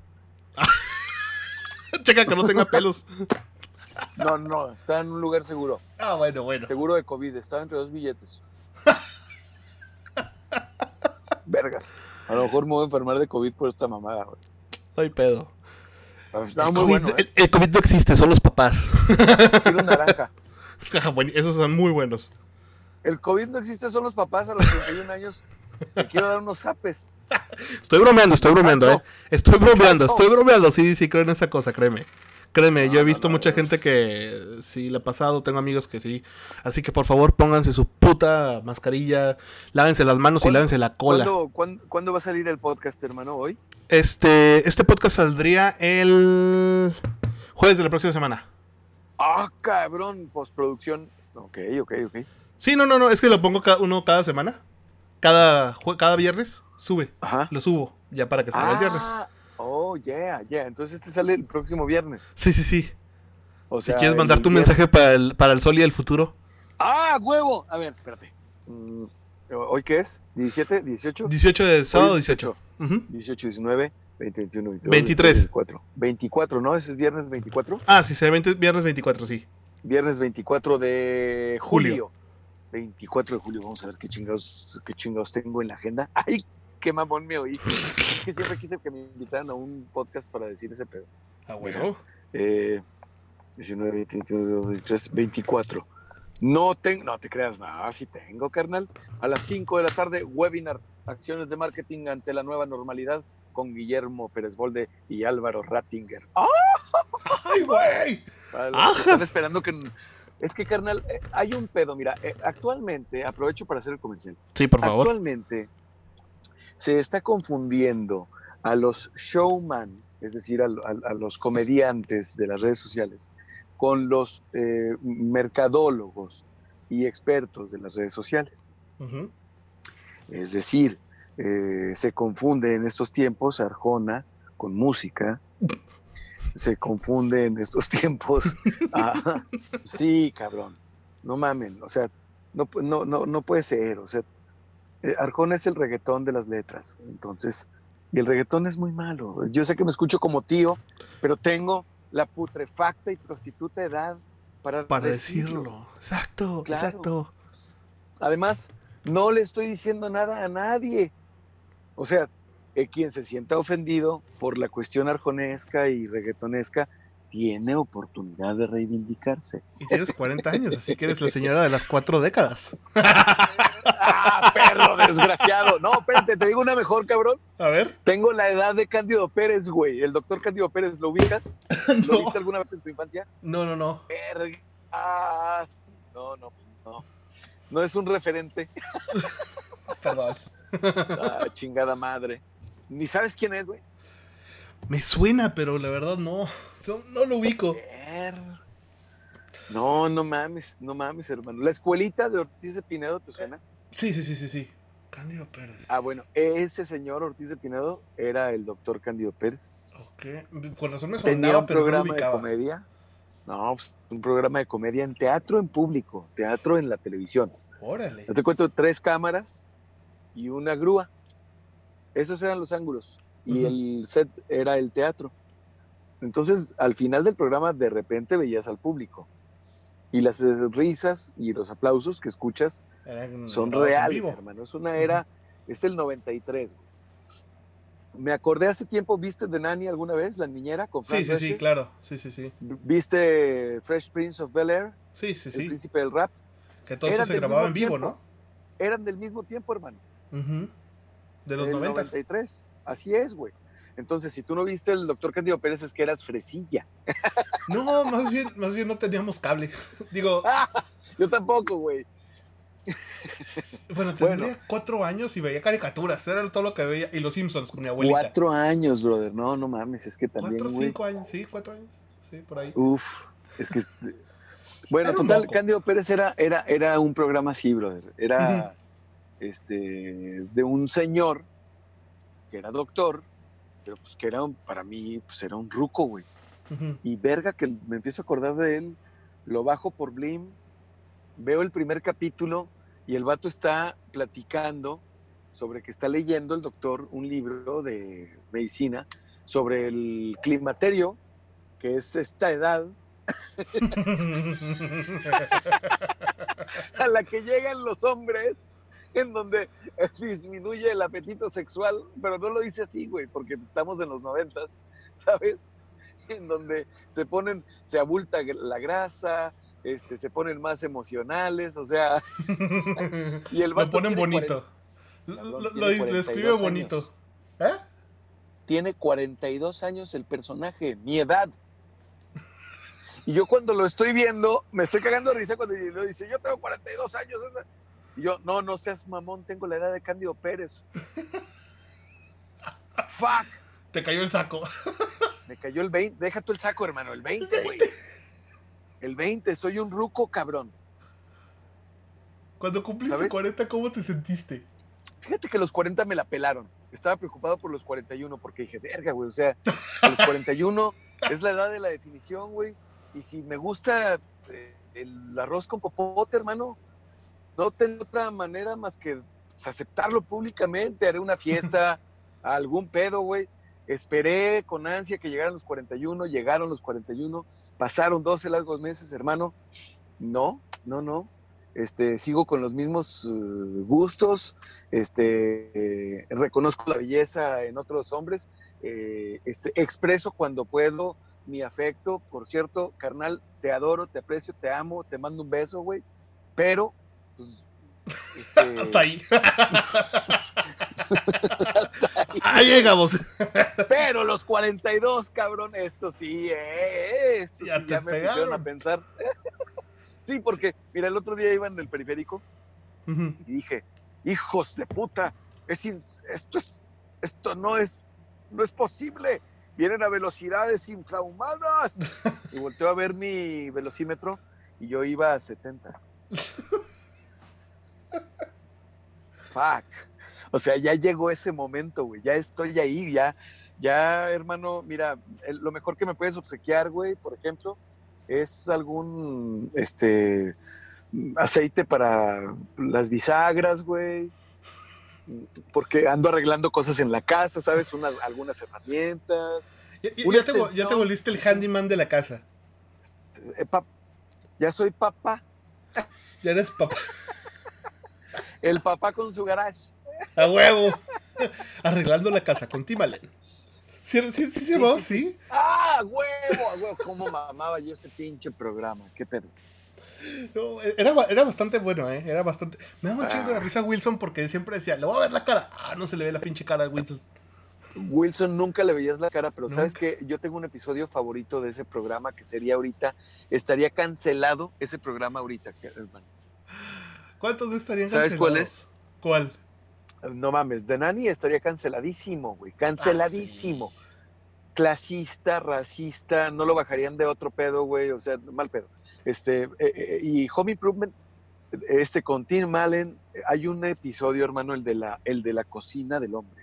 Speaker 1: Checa que no tenga pelos.
Speaker 2: No, no, está en un lugar seguro.
Speaker 1: Ah, bueno, bueno.
Speaker 2: Seguro de COVID, estaba entre dos billetes. Vergas. A lo mejor me voy a enfermar de COVID por esta mamada, güey.
Speaker 1: No hay pedo.
Speaker 2: Estaba
Speaker 1: el,
Speaker 2: muy
Speaker 1: COVID,
Speaker 2: bueno, ¿eh?
Speaker 1: el, el COVID no existe, son los papás.
Speaker 2: Quiero naranja.
Speaker 1: Bueno, esos son muy buenos.
Speaker 2: El COVID no existe, son los papás a los treinta y un años. Me quiero dar unos zapes.
Speaker 1: Estoy bromeando, estoy bromeando, Cacho. eh. Estoy bromeando, Cacho. estoy bromeando. Sí, sí, creo en esa cosa, créeme. Créeme,
Speaker 2: No,
Speaker 1: yo he
Speaker 2: no,
Speaker 1: visto
Speaker 2: no,
Speaker 1: mucha
Speaker 2: es-
Speaker 1: gente que sí le ha pasado, tengo amigos que sí. Así que por favor pónganse su puta mascarilla, lávense las manos y
Speaker 2: ¿Cuándo,
Speaker 1: lávense la cola.
Speaker 2: ¿cuándo, cuándo, cuándo va a salir el podcast, hermano? ¿Hoy?
Speaker 1: Este, este podcast saldría el jueves de la próxima semana.
Speaker 2: Ah, cabrón, postproducción. Ok, ok, ok.
Speaker 1: Sí, no, no, no, es que lo pongo cada, uno cada semana. Cada, jue- cada viernes sube.
Speaker 2: Ajá.
Speaker 1: Lo subo, ya para que salga el viernes.
Speaker 2: Ah, oh, yeah, yeah. Entonces este sale el próximo viernes.
Speaker 1: Sí, sí, sí.
Speaker 2: O
Speaker 1: Si
Speaker 2: sea,
Speaker 1: quieres
Speaker 2: el
Speaker 1: mandar tu
Speaker 2: viernes-
Speaker 1: mensaje para el, para el sol y el futuro.
Speaker 2: ¡Ah, huevo! A ver, espérate. Mm, ¿Hoy qué es? ¿diecisiete? ¿dieciocho?
Speaker 1: dieciocho de sábado,
Speaker 2: Hoy es
Speaker 1: dieciocho. Ujú.
Speaker 2: dieciocho, diecinueve, veinte, veintiuno, veintidós,
Speaker 1: veintitrés.
Speaker 2: veinticuatro. veinticuatro, ¿no? ¿Ese es viernes veinticuatro?
Speaker 1: Ah, sí, se veinte, viernes veinticuatro, sí.
Speaker 2: Viernes veinticuatro de julio.
Speaker 1: Julio.
Speaker 2: veinticuatro de julio. Vamos a ver qué chingados, qué chingados tengo en la agenda. ¡Ay, qué mamón me oí! Es que siempre quise que me invitaran a un podcast para decir ese pedo.
Speaker 1: Ah, bueno.
Speaker 2: Eh, diecinueve, veinte, veintiuno, veintitrés, veinticuatro. No tengo, no te creas nada, sí tengo, carnal. A las cinco de la tarde, webinar, acciones de marketing ante la nueva normalidad con Guillermo Pérez Bolde y Álvaro Rattinger. ¡Ah!
Speaker 1: ¡Ay, güey!
Speaker 2: Para los que
Speaker 1: ¡Ajas!
Speaker 2: están esperando que... Es que, carnal, eh, hay un pedo, mira, eh, actualmente, aprovecho para hacer el comercial.
Speaker 1: Sí, por favor.
Speaker 2: Actualmente se está confundiendo a los showman, es decir, a, a- a los comediantes de las redes sociales, con los eh, mercadólogos y expertos de las redes sociales.
Speaker 1: Ujú.
Speaker 2: Es decir, eh, se confunde en estos tiempos Arjona con música, se confunde en estos tiempos. ah, sí, cabrón, no mamen, o sea, no, pu- no, no, no puede ser, o sea, eh, Arjona es el reggaetón de las letras, entonces, y el reggaetón es muy malo. Yo sé que me escucho como tío, pero tengo la putrefacta y prostituta edad para,
Speaker 1: Para
Speaker 2: decirlo.
Speaker 1: decirlo. Exacto,
Speaker 2: Claro.
Speaker 1: exacto.
Speaker 2: Además, no le estoy diciendo nada a nadie. O sea, eh, quien se sienta ofendido por la cuestión arjonesca y reggaetonesca tiene oportunidad de reivindicarse.
Speaker 1: Y tienes cuarenta años, así que eres la señora de las cuatro décadas.
Speaker 2: ¡Ah, perro desgraciado! No, espérate, te digo una mejor, cabrón.
Speaker 1: A ver.
Speaker 2: Tengo la edad de Cándido Pérez, güey. El doctor Cándido Pérez, ¿lo ubicas? ¿Lo
Speaker 1: No.
Speaker 2: viste alguna vez en tu infancia?
Speaker 1: No, no, no.
Speaker 2: Vergas. No, no, no. No es un referente.
Speaker 1: Perdón.
Speaker 2: Ah, chingada madre. Ni sabes quién es, güey.
Speaker 1: Me suena, pero la verdad no. No, no lo ubico.
Speaker 2: Ver. No, no mames, no mames, hermano. ¿La escuelita de Ortiz de Pinedo te suena?
Speaker 1: Sí, sí, sí, sí, sí. Cándido Pérez.
Speaker 2: Ah, bueno, ese señor Ortiz de Pinedo era el doctor Cándido Pérez.
Speaker 1: Ok. Con razón me
Speaker 2: Tenía
Speaker 1: sonaba,
Speaker 2: un
Speaker 1: pero no lo
Speaker 2: programa de
Speaker 1: ubicaba.
Speaker 2: comedia. No, pues, un programa de comedia en teatro en público, teatro en la televisión.
Speaker 1: Órale.
Speaker 2: Hace cuento, tres cámaras y una grúa. Esos eran los ángulos. Y
Speaker 1: Ujú.
Speaker 2: el set era el teatro. Entonces, al final del programa, de repente veías al público. Y las eh, risas y los aplausos que escuchas
Speaker 1: Eran
Speaker 2: son
Speaker 1: grabados en
Speaker 2: reales,
Speaker 1: vivo.
Speaker 2: hermano. Es una era, es el noventa y tres. Güey. Me acordé hace tiempo, ¿viste The Nanny alguna vez? La niñera con Fran
Speaker 1: Sí, sí, sí,
Speaker 2: Drescher?
Speaker 1: claro. Sí, sí, sí.
Speaker 2: ¿Viste Fresh Prince of Bel-Air?
Speaker 1: Sí, sí,
Speaker 2: El
Speaker 1: sí.
Speaker 2: príncipe del rap.
Speaker 1: Que todo eso
Speaker 2: Eran
Speaker 1: se
Speaker 2: del
Speaker 1: grababa
Speaker 2: mismo
Speaker 1: en vivo,
Speaker 2: tiempo. Eran del mismo tiempo, hermano.
Speaker 1: ¿no? Ujú. De los
Speaker 2: el
Speaker 1: noventas.
Speaker 2: noventa y tres. Así es, güey. Entonces, si tú no viste el doctor Cándido Pérez, es que eras fresilla.
Speaker 1: No, más bien, más bien no teníamos cable. Digo,
Speaker 2: Yo tampoco, güey.
Speaker 1: bueno, tendría
Speaker 2: Bueno.
Speaker 1: cuatro años y veía caricaturas. Era todo lo que veía. Y los Simpsons con mi abuelita.
Speaker 2: Cuatro años, brother. No, no mames, es que también,
Speaker 1: Cuatro,
Speaker 2: güey.
Speaker 1: cinco años. Sí, cuatro años. Sí, por ahí.
Speaker 2: Uf, es que... Bueno,
Speaker 1: Era un
Speaker 2: total,
Speaker 1: moco.
Speaker 2: Cándido Pérez era, era, era un programa así, brother. Era este, de un señor que era doctor, pero pues que era, un- para mí, pues era un ruco, güey.
Speaker 1: Ujú.
Speaker 2: Y verga que me empiezo a acordar de él, lo bajo por Blim, veo el primer capítulo y el vato está platicando sobre que está leyendo el doctor un libro de medicina sobre el climaterio, que es esta edad a la que llegan los hombres, en donde eh, disminuye el apetito sexual, pero no lo dice así, güey, porque estamos en los noventas, ¿sabes? En donde se ponen, se abulta la grasa, este, se ponen más emocionales, o sea, y el
Speaker 1: Lo
Speaker 2: vato
Speaker 1: ponen
Speaker 2: tiene
Speaker 1: bonito.
Speaker 2: cuarenta
Speaker 1: Lo,
Speaker 2: Cabrón,
Speaker 1: lo-
Speaker 2: tiene
Speaker 1: lo
Speaker 2: cuarenta y
Speaker 1: escribe
Speaker 2: dos
Speaker 1: bonito.
Speaker 2: años.
Speaker 1: ¿Eh?
Speaker 2: Tiene cuarenta y dos años el personaje, mi edad. Y yo cuando lo estoy viendo, me estoy cagando de risa cuando lo dice, yo tengo cuarenta y dos años. Y yo, no, no seas mamón, tengo la edad de Cándido Pérez. Fuck.
Speaker 1: Te cayó el saco.
Speaker 2: Me cayó el veinte. Deja tú el saco, hermano, el veinte, güey. El veinte, soy un ruco, cabrón.
Speaker 1: Cuando cumpliste ¿sabes? cuarenta, ¿cómo te sentiste?
Speaker 2: Fíjate que los cuarenta me la pelaron. Estaba preocupado por los cuarenta y uno porque dije, verga, güey, o sea, a los cuarenta y uno es la edad de la definición, güey. Y si me gusta eh, el arroz con popote, hermano, no tengo otra manera más que pues, aceptarlo públicamente. Haré una fiesta, algún pedo, güey. Esperé con ansia que llegaran los cuarenta y uno, llegaron los cuarenta y uno, pasaron doce largos meses, hermano. No, no, no. Este, sigo con los mismos uh, gustos, este, eh, reconozco la belleza en otros hombres, eh, este, expreso cuando puedo mi afecto. Por cierto, carnal, te adoro, te aprecio, te amo, te mando un beso, güey, pero pues, este...
Speaker 1: hasta ahí. Hasta ahí. Ahí llegamos.
Speaker 2: Pero los cuarenta y dos, cabrón, esto sí, eh, esto
Speaker 1: ya,
Speaker 2: sí,
Speaker 1: te
Speaker 2: ya me
Speaker 1: pegaron.
Speaker 2: pusieron a pensar. Sí, porque, mira, el otro día iba en el periférico uh-huh. y dije, hijos de puta, es in, esto es, esto no es, no es posible. Vienen a velocidades infrahumanas. Y volteo a ver mi velocímetro y yo iba a setenta. Fuck. O sea, ya llegó ese momento, güey. Ya estoy ahí, ya, ya, hermano, mira, el, lo mejor que me puedes obsequiar, güey, por ejemplo, es algún este aceite para las bisagras, güey, porque ando arreglando cosas en la casa, ¿sabes? Unas, algunas herramientas.
Speaker 1: Ya, ya, te, ya te volviste el handyman de la casa.
Speaker 2: Eh, pap, ya soy papá.
Speaker 1: Ya eres papá.
Speaker 2: El papá con su garage.
Speaker 1: A huevo. Arreglando la casa con Tim Allen. ¿Sí, sí, sí, sí, sí, sí, sí?
Speaker 2: ¡Ah, huevo! A huevo, cómo mamaba yo ese pinche programa. ¿Qué pedo?
Speaker 1: No, era, era bastante bueno, ¿eh? Era bastante... Me daba un ah. chingo de risa a Wilson porque siempre decía, le voy a ver la cara. Ah, no se le ve la pinche cara a Wilson.
Speaker 2: Wilson nunca le veías la cara, pero nunca. ¿Sabes qué? Yo tengo un episodio favorito de ese programa que sería ahorita... Estaría cancelado ese programa ahorita, hermano.
Speaker 1: ¿Cuántos estarían
Speaker 2: cancelados? ¿Sabes cuál es?
Speaker 1: ¿Cuál?
Speaker 2: No mames, The Nanny estaría canceladísimo, güey, canceladísimo. Ah, sí. Clasista, racista, no lo bajarían de otro pedo, güey, o sea, mal pedo. Este, eh, eh, y Home Improvement, este con Tim Allen, hay un episodio, hermano, el de la, el de la cocina del hombre.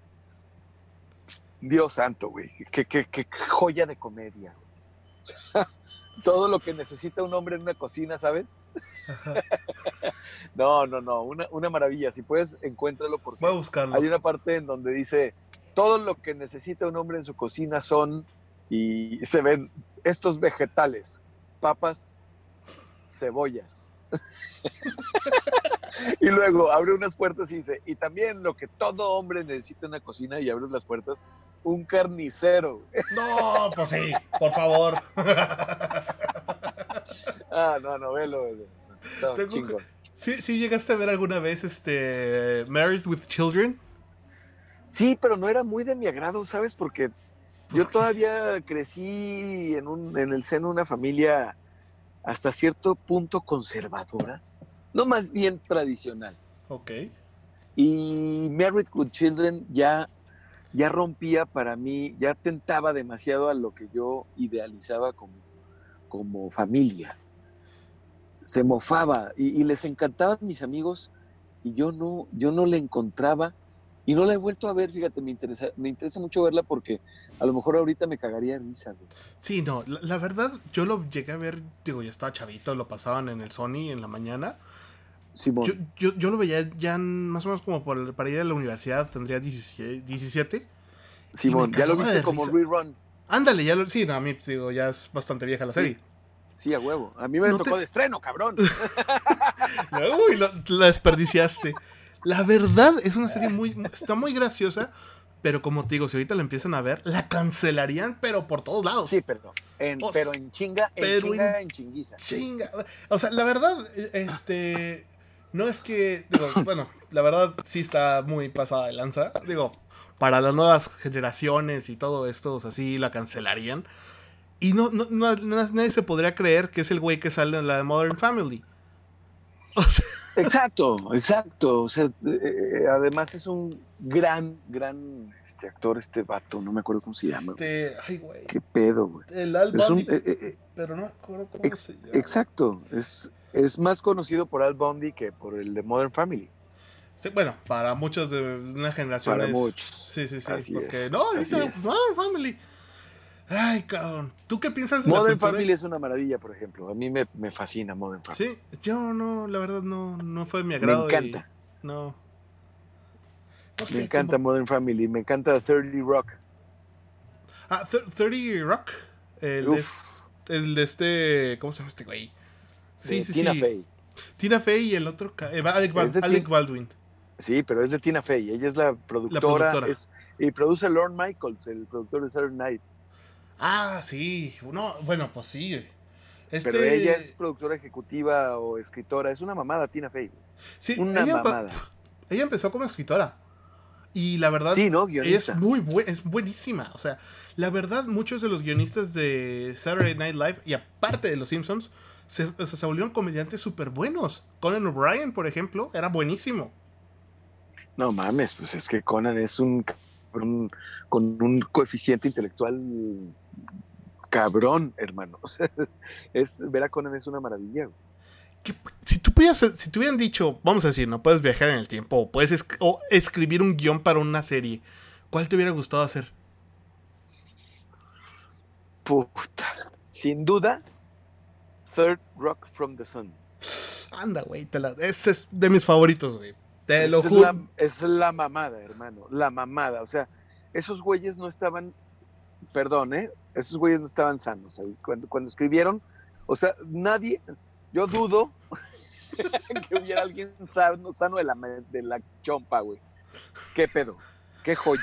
Speaker 2: Dios santo, güey, qué, qué, qué joya de comedia. Todo lo que necesita un hombre en una cocina, ¿sabes? No, no, no, una, una maravilla. Si puedes, encuéntralo porque
Speaker 1: voy a buscarlo.
Speaker 2: Hay una parte en donde dice, todo lo que necesita un hombre en su cocina son, y se ven estos vegetales, papas, cebollas. Y luego abre unas puertas y dice, y también lo que todo hombre necesita en la cocina, y abre las puertas, un carnicero.
Speaker 1: No, pues sí, por favor.
Speaker 2: Ah, no, no, velo, velo. No, chingón.
Speaker 1: ¿Sí, ¿Sí llegaste a ver alguna vez este Married with Children?
Speaker 2: Sí, pero no era muy de mi agrado, ¿sabes? Porque ¿Por yo qué? Todavía crecí en, un, en el seno de una familia hasta cierto punto conservadora, no, más bien tradicional.
Speaker 1: Ok.
Speaker 2: Y Married with Children ya, ya rompía para mí, ya tentaba demasiado a lo que yo idealizaba como, como familia. Se mofaba y, y les encantaba a mis amigos y yo no, yo no le encontraba y no la he vuelto a ver. Fíjate, me interesa, me interesa mucho verla porque a lo mejor ahorita me cagaría de risa, güey.
Speaker 1: Sí, no, la, la verdad yo lo llegué a ver, digo, ya estaba chavito, lo pasaban en el Sony en la mañana.
Speaker 2: Simón.
Speaker 1: Yo, yo, yo lo veía ya más o menos como por, para ir a la universidad, tendría diecisiete.
Speaker 2: Simón, ya lo viste como risa. Rerun.
Speaker 1: Ándale, ya lo, sí, no, a mí digo, ya es bastante vieja la
Speaker 2: sí.
Speaker 1: serie.
Speaker 2: Sí, a huevo. A mí me no tocó te... de estreno, cabrón.
Speaker 1: Uy, lo, la desperdiciaste. La verdad, es una serie muy... Está muy graciosa, pero como te digo, si ahorita la empiezan a ver, la cancelarían, pero por todos lados.
Speaker 2: Sí, pero en, o sea, pero en chinga, en pero chinga, en, en chinguiza.
Speaker 1: Chinga. O sea, la verdad, este... No es que... Digo, bueno, la verdad sí está muy pasada de lanza. Digo, para las nuevas generaciones y todo esto, o sea, sí la cancelarían. Y no, no, no, no- nadie se podría creer que es el güey que sale en la de Modern Family. O sea,
Speaker 2: Exacto, exacto. O sea, eh, eh, además es un gran, gran este actor, este vato, no me acuerdo cómo se llama. Güey.
Speaker 1: este. Ay, güey.
Speaker 2: Qué pedo, güey.
Speaker 1: El Al
Speaker 2: Es un,
Speaker 1: Bundy.
Speaker 2: eh, eh, eh,
Speaker 1: Pero no me acuerdo cómo
Speaker 2: ex-
Speaker 1: se llama.
Speaker 2: exacto. Es, es más conocido por Al Bundy que por el de Modern Family.
Speaker 1: Sí, bueno, para muchos de una generación
Speaker 2: Para
Speaker 1: es.
Speaker 2: muchos.
Speaker 1: Sí, sí, sí.
Speaker 2: Así
Speaker 1: Porque
Speaker 2: es.
Speaker 1: no,
Speaker 2: Así
Speaker 1: ahorita
Speaker 2: es.
Speaker 1: Modern Family. Ay, cabrón. ¿Tú qué piensas de la
Speaker 2: Modern
Speaker 1: cultura?
Speaker 2: Family es una maravilla, por ejemplo. A mí me, me fascina Modern Family.
Speaker 1: Sí, yo no, la verdad no, no fue de mi
Speaker 2: Me
Speaker 1: agrado y
Speaker 2: encanta.
Speaker 1: no, no
Speaker 2: Me
Speaker 1: sé
Speaker 2: encanta
Speaker 1: cómo.
Speaker 2: Modern Family. Me encanta thirty Rock.
Speaker 1: Ah, Thir- thirty Rock, el de, es-
Speaker 2: Uf.
Speaker 1: el de este, ¿cómo se llama este güey? Sí,
Speaker 2: De
Speaker 1: sí,
Speaker 2: Tina
Speaker 1: sí.
Speaker 2: Fey.
Speaker 1: Tina Fey y el otro, ca- eh, Alec,
Speaker 2: Es
Speaker 1: Bal-
Speaker 2: de
Speaker 1: Alec
Speaker 2: Tin-
Speaker 1: Baldwin,
Speaker 2: Sí, pero es de Tina Fey. Ella es la
Speaker 1: la
Speaker 2: productora.
Speaker 1: productora.
Speaker 2: Es, y produce Lorne Michaels, el productor de Saturday Night.
Speaker 1: Ah, sí, no, bueno, pues sí. güey.
Speaker 2: Pero ella es
Speaker 1: Este,
Speaker 2: productora ejecutiva o escritora. Es una mamada, Tina Fey.
Speaker 1: sí,
Speaker 2: Una
Speaker 1: ella, empa-
Speaker 2: mamada.
Speaker 1: ella empezó como escritora. Y la verdad,
Speaker 2: Sí, ¿no?
Speaker 1: ella es
Speaker 2: Guionista.
Speaker 1: muy buena, es buenísima. O sea, la verdad, muchos de los guionistas de Saturday Night Live, y aparte de los Simpsons, se, o sea, se volvieron comediantes súper buenos. Conan O'Brien, por ejemplo, era buenísimo.
Speaker 2: No mames, pues es que Conan es un cabrón con un coeficiente intelectual cabrón, hermano. O sea, es, ver a Conan es una maravilla. Güey.
Speaker 1: ¿Qué- si tú pudieras, si te hubieran dicho, vamos a decir, no puedes viajar en el tiempo, o puedes esc- o escribir un guión para una serie, ¿cuál te hubiera gustado hacer?
Speaker 2: Puta. Sin duda, Third Rock from the Sun.
Speaker 1: Anda, güey, te la- ese es de mis favoritos, güey. Te lo
Speaker 2: Esa es
Speaker 1: juro.
Speaker 2: la, es la mamada, hermano. La mamada. O sea, esos güeyes no estaban, perdón, ¿eh? Esos güeyes no estaban sanos ahí. Cuando, cuando escribieron, o sea, nadie, yo dudo que hubiera alguien sano, sano de, la, de la chompa, güey. ¿Qué pedo? ¿Qué joya?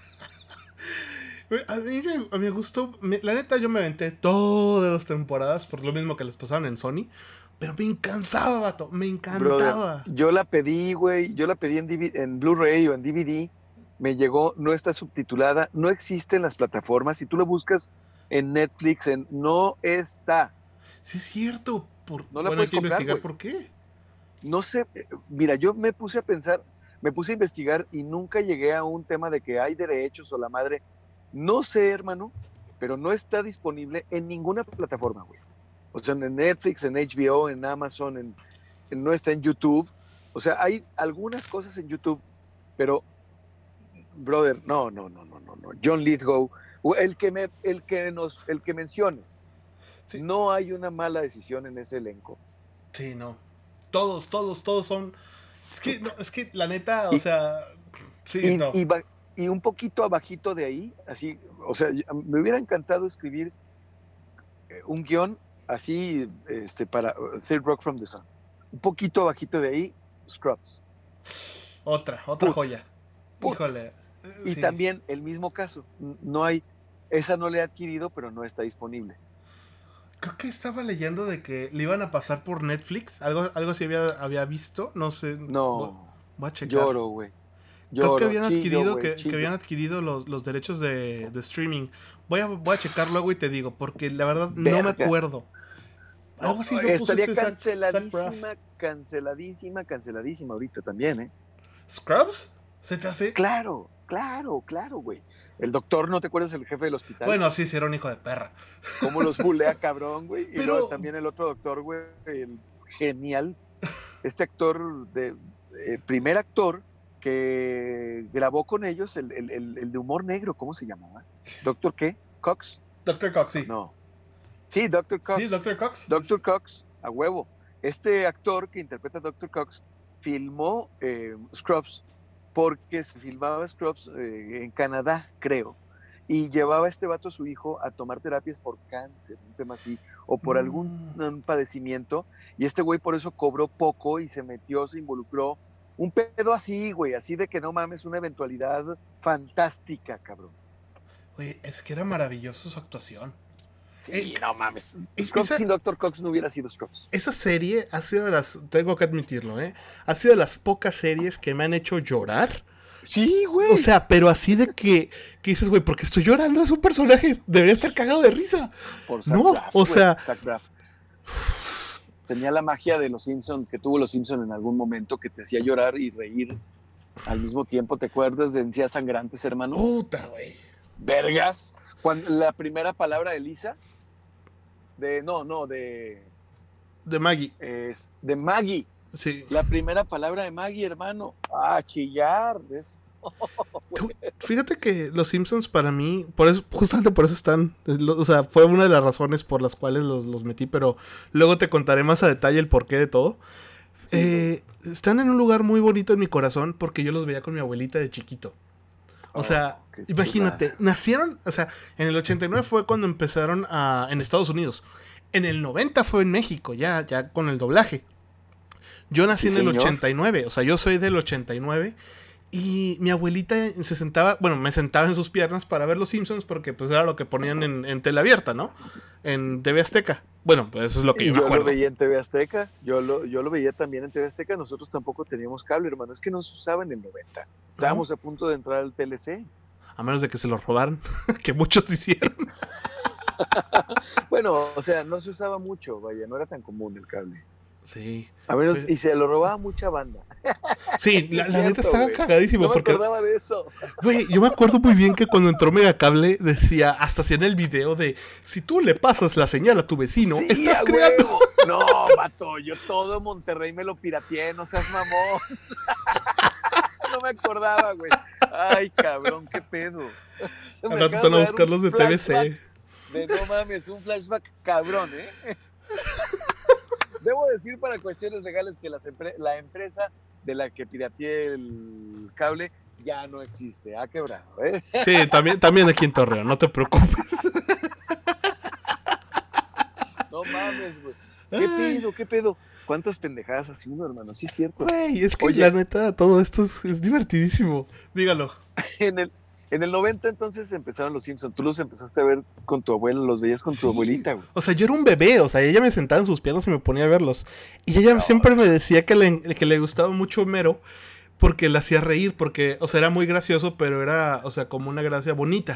Speaker 1: A mí me, a mí me gustó, me- la neta yo me aventé todas las temporadas por lo mismo que les pasaban en Sony, pero me encantaba, vato, me encantaba.
Speaker 2: Brother, yo la pedí, güey, yo la pedí en, D V D en Blu-ray o en D V D, me llegó, no está subtitulada, no existe en las plataformas, si tú lo buscas en Netflix, en, no está,
Speaker 1: Sí es cierto, por,
Speaker 2: no la
Speaker 1: bueno, hay
Speaker 2: puedes
Speaker 1: que
Speaker 2: comprar,
Speaker 1: investigar
Speaker 2: güey.
Speaker 1: por qué.
Speaker 2: No sé, eh, mira, yo me puse a pensar, me puse a investigar y nunca llegué a un tema de que hay derechos o la madre, no sé, hermano, pero no está disponible en ninguna plataforma, güey. O sea, en Netflix, en H B O, en Amazon, en, en- no está en YouTube. O sea, hay algunas cosas en YouTube, pero, brother, no, no, no, no, no, no. John Lithgow, o el que me, el que nos, el que menciones,
Speaker 1: Sí,
Speaker 2: no hay una mala decisión en ese elenco.
Speaker 1: sí, no. Todos, todos, todos son. Es que, no, es que la neta, o
Speaker 2: Y,
Speaker 1: sea, sí,
Speaker 2: y,
Speaker 1: no.
Speaker 2: y, ba- y un poquito abajito de ahí, así, o sea, yo- me hubiera encantado escribir eh, un guión así, este, para uh, Third Rock from the Sun. Un poquito abajito de ahí, Scrubs.
Speaker 1: Otra, otra
Speaker 2: Put,
Speaker 1: joya.
Speaker 2: put.
Speaker 1: Híjole. eh,
Speaker 2: Y
Speaker 1: Sí.
Speaker 2: también el mismo caso, n- no hay, esa no le he adquirido, pero no está disponible.
Speaker 1: Creo que estaba leyendo de que le iban a pasar por Netflix. Algo, algo así había, había visto. No sé. Voy,
Speaker 2: No,
Speaker 1: voy a checar.
Speaker 2: lloro, güey.
Speaker 1: Creo que
Speaker 2: Lloro,
Speaker 1: habían
Speaker 2: chillo,
Speaker 1: adquirido,
Speaker 2: güey,
Speaker 1: que, que
Speaker 2: chillo.
Speaker 1: habían adquirido los, los derechos de, de streaming. Voy a, voy a checar luego y te digo, porque la verdad no me
Speaker 2: Verga.
Speaker 1: acuerdo.
Speaker 2: No,
Speaker 1: Algo así lo puso
Speaker 2: estaría
Speaker 1: este Zach, Zach Braff.
Speaker 2: canceladísima, canceladísima, canceladísima ahorita también, ¿eh?
Speaker 1: ¿Scrubs? ¿Se te hace?
Speaker 2: Claro, claro, claro, güey. El doctor, ¿no te acuerdas el jefe del hospital?
Speaker 1: Bueno, sí, sí, era un hijo de perra.
Speaker 2: Cómo los bulea, cabrón, güey. Y
Speaker 1: Pero-
Speaker 2: luego también el otro doctor, güey, el genial. Este actor, de eh, primer actor que grabó con ellos el, el- el- el de humor negro, ¿cómo se llamaba? ¿Doctor qué? ¿Cox?
Speaker 1: doctor Cox, sí.
Speaker 2: No. Sí, Doctor Cox.
Speaker 1: Sí, doctor Cox.
Speaker 2: Doctor Cox, a huevo. Este actor que interpreta a Doctor Cox filmó eh, Scrubs porque se filmaba Scrubs eh, en Canadá, creo. Y llevaba a este vato a su hijo a tomar terapias por cáncer, un tema así, o por
Speaker 1: Mm.
Speaker 2: algún um, padecimiento. Y este güey por eso cobró poco y se metió, se involucró. Un pedo así, güey, así de que no mames, una eventualidad fantástica, cabrón.
Speaker 1: Oye, es que era maravilloso su actuación.
Speaker 2: Sí,
Speaker 1: Eh,
Speaker 2: no mames.
Speaker 1: es-
Speaker 2: Scrubs
Speaker 1: esa-
Speaker 2: sin Doctor Cox no hubiera sido Scrubs.
Speaker 1: Esa serie ha sido de las, tengo que admitirlo, ¿eh? Ha sido de las pocas series que me han hecho llorar
Speaker 2: Sí, güey.
Speaker 1: O sea, pero así de que, que dices, güey, porque estoy llorando, es un personaje, debería estar cagado de risa.
Speaker 2: Por Zach
Speaker 1: No,
Speaker 2: Braff,
Speaker 1: o
Speaker 2: güey,
Speaker 1: sea,
Speaker 2: Zach Braff. Tenía la magia de los Simpson que tuvo los Simpson en algún momento que te hacía llorar y reír al mismo tiempo. ¿Te acuerdas de Encías Sangrantes, hermano?
Speaker 1: puta, güey.
Speaker 2: Vergas. Cuando la primera palabra de Lisa, de no, no, de
Speaker 1: De Maggie.
Speaker 2: es de Maggie.
Speaker 1: Sí.
Speaker 2: La primera palabra de Maggie, hermano. Ah, chillar. Es...
Speaker 1: Tú, fíjate que los Simpsons para mí, por eso, justamente por eso están, o sea, fue una de las razones por las cuales los, los metí, pero luego te contaré más a detalle el porqué de todo. Sí, eh, están en un lugar muy bonito en mi corazón porque yo los veía con mi abuelita de chiquito. O oh, sea, imagínate, chula. Nacieron, o sea, en el ochenta y nueve fue cuando empezaron a, en Estados Unidos. En el noventa fue en México, ya, ya con el doblaje. Yo nací sí, en el señor. ochenta y nueve, o sea, yo soy del ochenta y nueve. Y mi abuelita se sentaba, bueno, me sentaba en sus piernas para ver los Simpsons porque pues era lo que ponían en, en tele abierta, ¿no? En T V Azteca. Bueno, pues eso es lo que yo, yo me acuerdo.
Speaker 2: Yo lo veía en T V Azteca, yo lo, yo lo veía también en T V Azteca. Nosotros tampoco teníamos cable, hermano, es que no se usaba en el noventa. Estábamos ¿no? a punto de entrar al T L C.
Speaker 1: A menos de que se lo robaran, que muchos hicieron.
Speaker 2: Bueno, o sea, no se usaba mucho, vaya, no era tan común el cable.
Speaker 1: Sí.
Speaker 2: A menos, pero... y se lo robaba mucha banda.
Speaker 1: Sí, sí la, la neta estaba wey. cagadísimo.
Speaker 2: No me
Speaker 1: porque,
Speaker 2: acordaba de eso.
Speaker 1: Güey, yo me acuerdo muy bien que cuando entró Megacable decía, hasta hacía en el video de, si tú le pasas la señal a tu vecino, sí, estás creando...
Speaker 2: Huevo. No, vato, yo todo Monterrey me lo pirateé, no seas mamón. No me acordaba, güey. Ay, cabrón, qué pedo.
Speaker 1: Al rato te van a buscar los de T V C.
Speaker 2: De no mames, un flashback cabrón, ¿eh? Debo decir para cuestiones legales que las empre- la empresa de la que pirateé el cable ya no existe, ha quebrado, ¿eh?
Speaker 1: Sí, también, también aquí en Torreón, no te preocupes.
Speaker 2: No mames, güey. ¿Qué pedo, qué pedo? ¿Cuántas pendejadas hace uno, hermano? Sí es cierto.
Speaker 1: Güey, es que Oye, la neta, todo esto es, es divertidísimo. Dígalo.
Speaker 2: En el, en el noventa entonces empezaron los Simpsons. Tú los empezaste a ver con tu abuelo, los veías con sí. tu abuelita, güey.
Speaker 1: O sea, yo era un bebé, o sea, ella me sentaba en sus piernas y me ponía a verlos. Y ella no. siempre me decía que le, que le gustaba mucho Homero porque le hacía reír, porque, o sea, era muy gracioso, pero era, o sea, como una gracia bonita.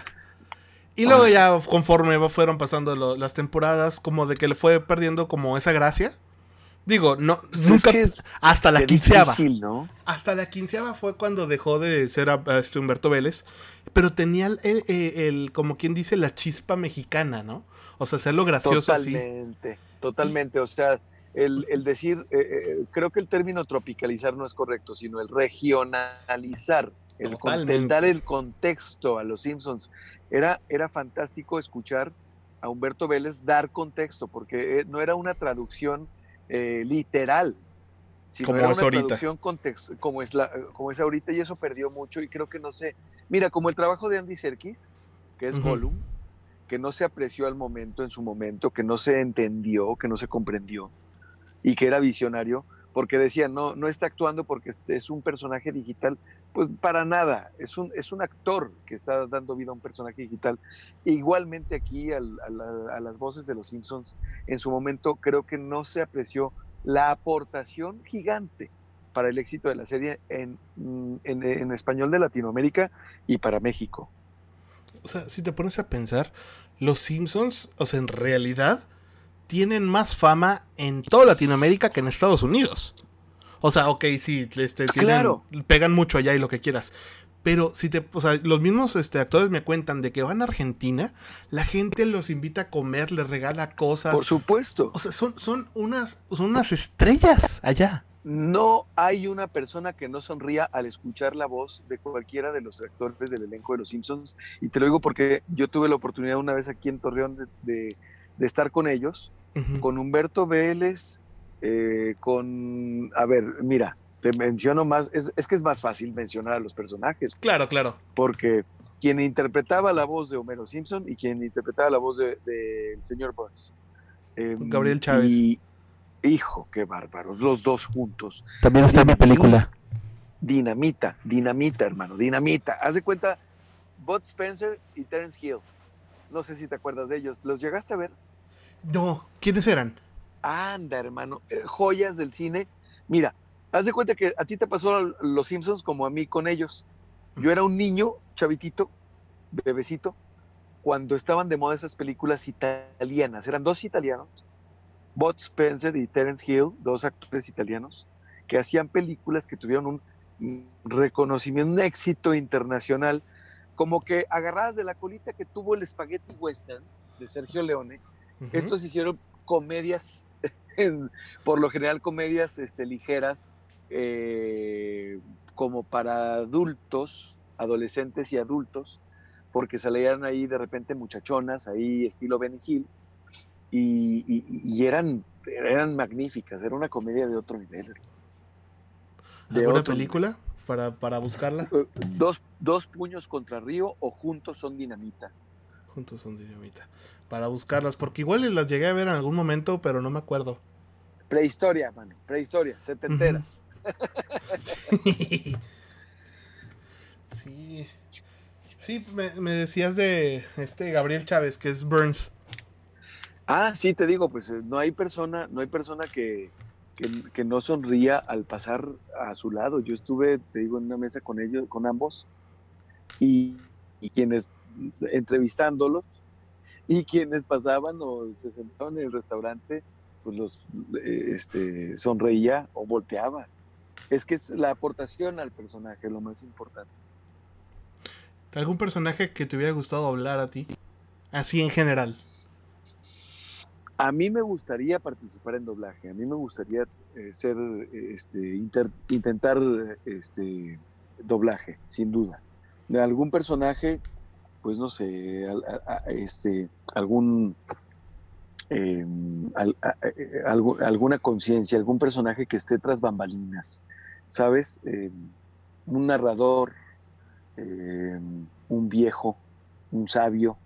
Speaker 1: Y luego ya, conforme fueron pasando lo, las temporadas, como de que le fue perdiendo como esa gracia. Digo, no, pues nunca, es que es, hasta la quinceava. Difícil, ¿no? Hasta la quinceava fue cuando dejó de ser a, a este Humberto Vélez, pero tenía el, el, el, como quien dice, la chispa mexicana, ¿no? O sea, hacerlo gracioso
Speaker 2: así. Totalmente, totalmente, o sea, el, el decir, eh, eh, creo que el término tropicalizar no es correcto, sino el regionalizar, el, el dar el contexto a los Simpsons. Era, era fantástico escuchar a Humberto Vélez dar contexto, porque eh, no era una traducción Eh, literal, sino
Speaker 1: como
Speaker 2: era
Speaker 1: es
Speaker 2: una
Speaker 1: ahorita.
Speaker 2: traducción context, como es la, como es ahorita, y eso perdió mucho. Y creo que no sé, mira, como el trabajo de Andy Serkis, que es uh-huh. Gollum, que no se apreció al momento, en su momento, que no se entendió, que no se comprendió, y que era visionario, porque decían, no, no está actuando porque este es un personaje digital. Pues para nada, es un, es un actor que está dando vida a un personaje digital. Igualmente aquí al, a, la, a las voces de los Simpsons, en su momento creo que no se apreció la aportación gigante para el éxito de la serie en, en, en español de Latinoamérica y para México.
Speaker 1: O sea, si te pones a pensar, los Simpsons, o sea, en realidad tienen más fama en toda Latinoamérica que en Estados Unidos. O sea, ok, sí, este, tienen, claro. pegan mucho allá y lo que quieras. Pero si te, o sea, los mismos este, actores me cuentan de que van a Argentina, la gente los invita a comer, les regala cosas.
Speaker 2: Por supuesto.
Speaker 1: O sea, son, son unas, son unas estrellas allá.
Speaker 2: No hay una persona que no sonría al escuchar la voz de cualquiera de los actores del elenco de Los Simpsons. Y te lo digo porque yo tuve la oportunidad una vez aquí en Torreón de, de, de estar con ellos, uh-huh. con Humberto Vélez, eh, con... A ver, mira, te menciono más, es, es que es más fácil mencionar a los personajes.
Speaker 1: Claro, claro.
Speaker 2: Porque quien interpretaba la voz de Homero Simpson y quien interpretaba la voz del de, de señor Burns.
Speaker 1: Eh, Gabriel Chávez.
Speaker 2: Y, hijo, qué bárbaros, los dos juntos.
Speaker 1: También está en mi película.
Speaker 2: Dinamita, dinamita, hermano, dinamita. Haz de cuenta, Bud Spencer y Terence Hill. No sé si te acuerdas de ellos. ¿Los llegaste a ver?
Speaker 1: No, ¿quiénes eran?
Speaker 2: Anda, hermano, eh, joyas del cine. Mira, haz de cuenta que a ti te pasó Los Simpsons como a mí con ellos. Yo era un niño, chavitito, bebecito, cuando estaban de moda esas películas italianas. Eran dos italianos, Bud Spencer y Terence Hill, dos actores italianos, que hacían películas que tuvieron un reconocimiento, un éxito internacional, como que agarradas de la colita que tuvo el Spaghetti Western de Sergio Leone. Uh-huh. Estos hicieron comedias, por lo general comedias este, ligeras, eh, como para adultos, adolescentes y adultos, porque salían ahí de repente muchachonas, ahí estilo Benny Hill, y, y, y eran, eran magníficas, era una comedia de otro nivel.
Speaker 1: De ¿Alguna otro película nivel. Para, para buscarla?
Speaker 2: Dos, dos puños contra Río o Juntos son dinamita.
Speaker 1: Juntos son dinamita. Para buscarlas, porque igual las llegué a ver en algún momento, pero no me acuerdo.
Speaker 2: Prehistoria, mano, prehistoria, setenteras.
Speaker 1: Uh-huh. Sí. Sí. Sí, me, me decías de este Gabriel Chávez, que es Burns.
Speaker 2: Ah, sí, te digo, pues no hay persona, no hay persona que, que, que no sonría al pasar a su lado. Yo estuve, te digo, en una mesa con ellos, con ambos, y, y quienes entrevistándolos, y quienes pasaban o se sentaban en el restaurante, pues los este, sonreía o volteaba. Es que es la aportación al personaje lo más importante.
Speaker 1: ¿Algún personaje que te hubiera gustado hablar a ti? Así en general.
Speaker 2: A mí me gustaría participar en doblaje. A mí me gustaría eh, ser, este, inter, intentar este, doblaje, sin duda. De algún personaje, pues no sé, a, a, a, este, algún, eh, al, a, a, algo, alguna conciencia, algún personaje que esté tras bambalinas, ¿sabes? Eh, un narrador. Eh, un viejo, un sabio.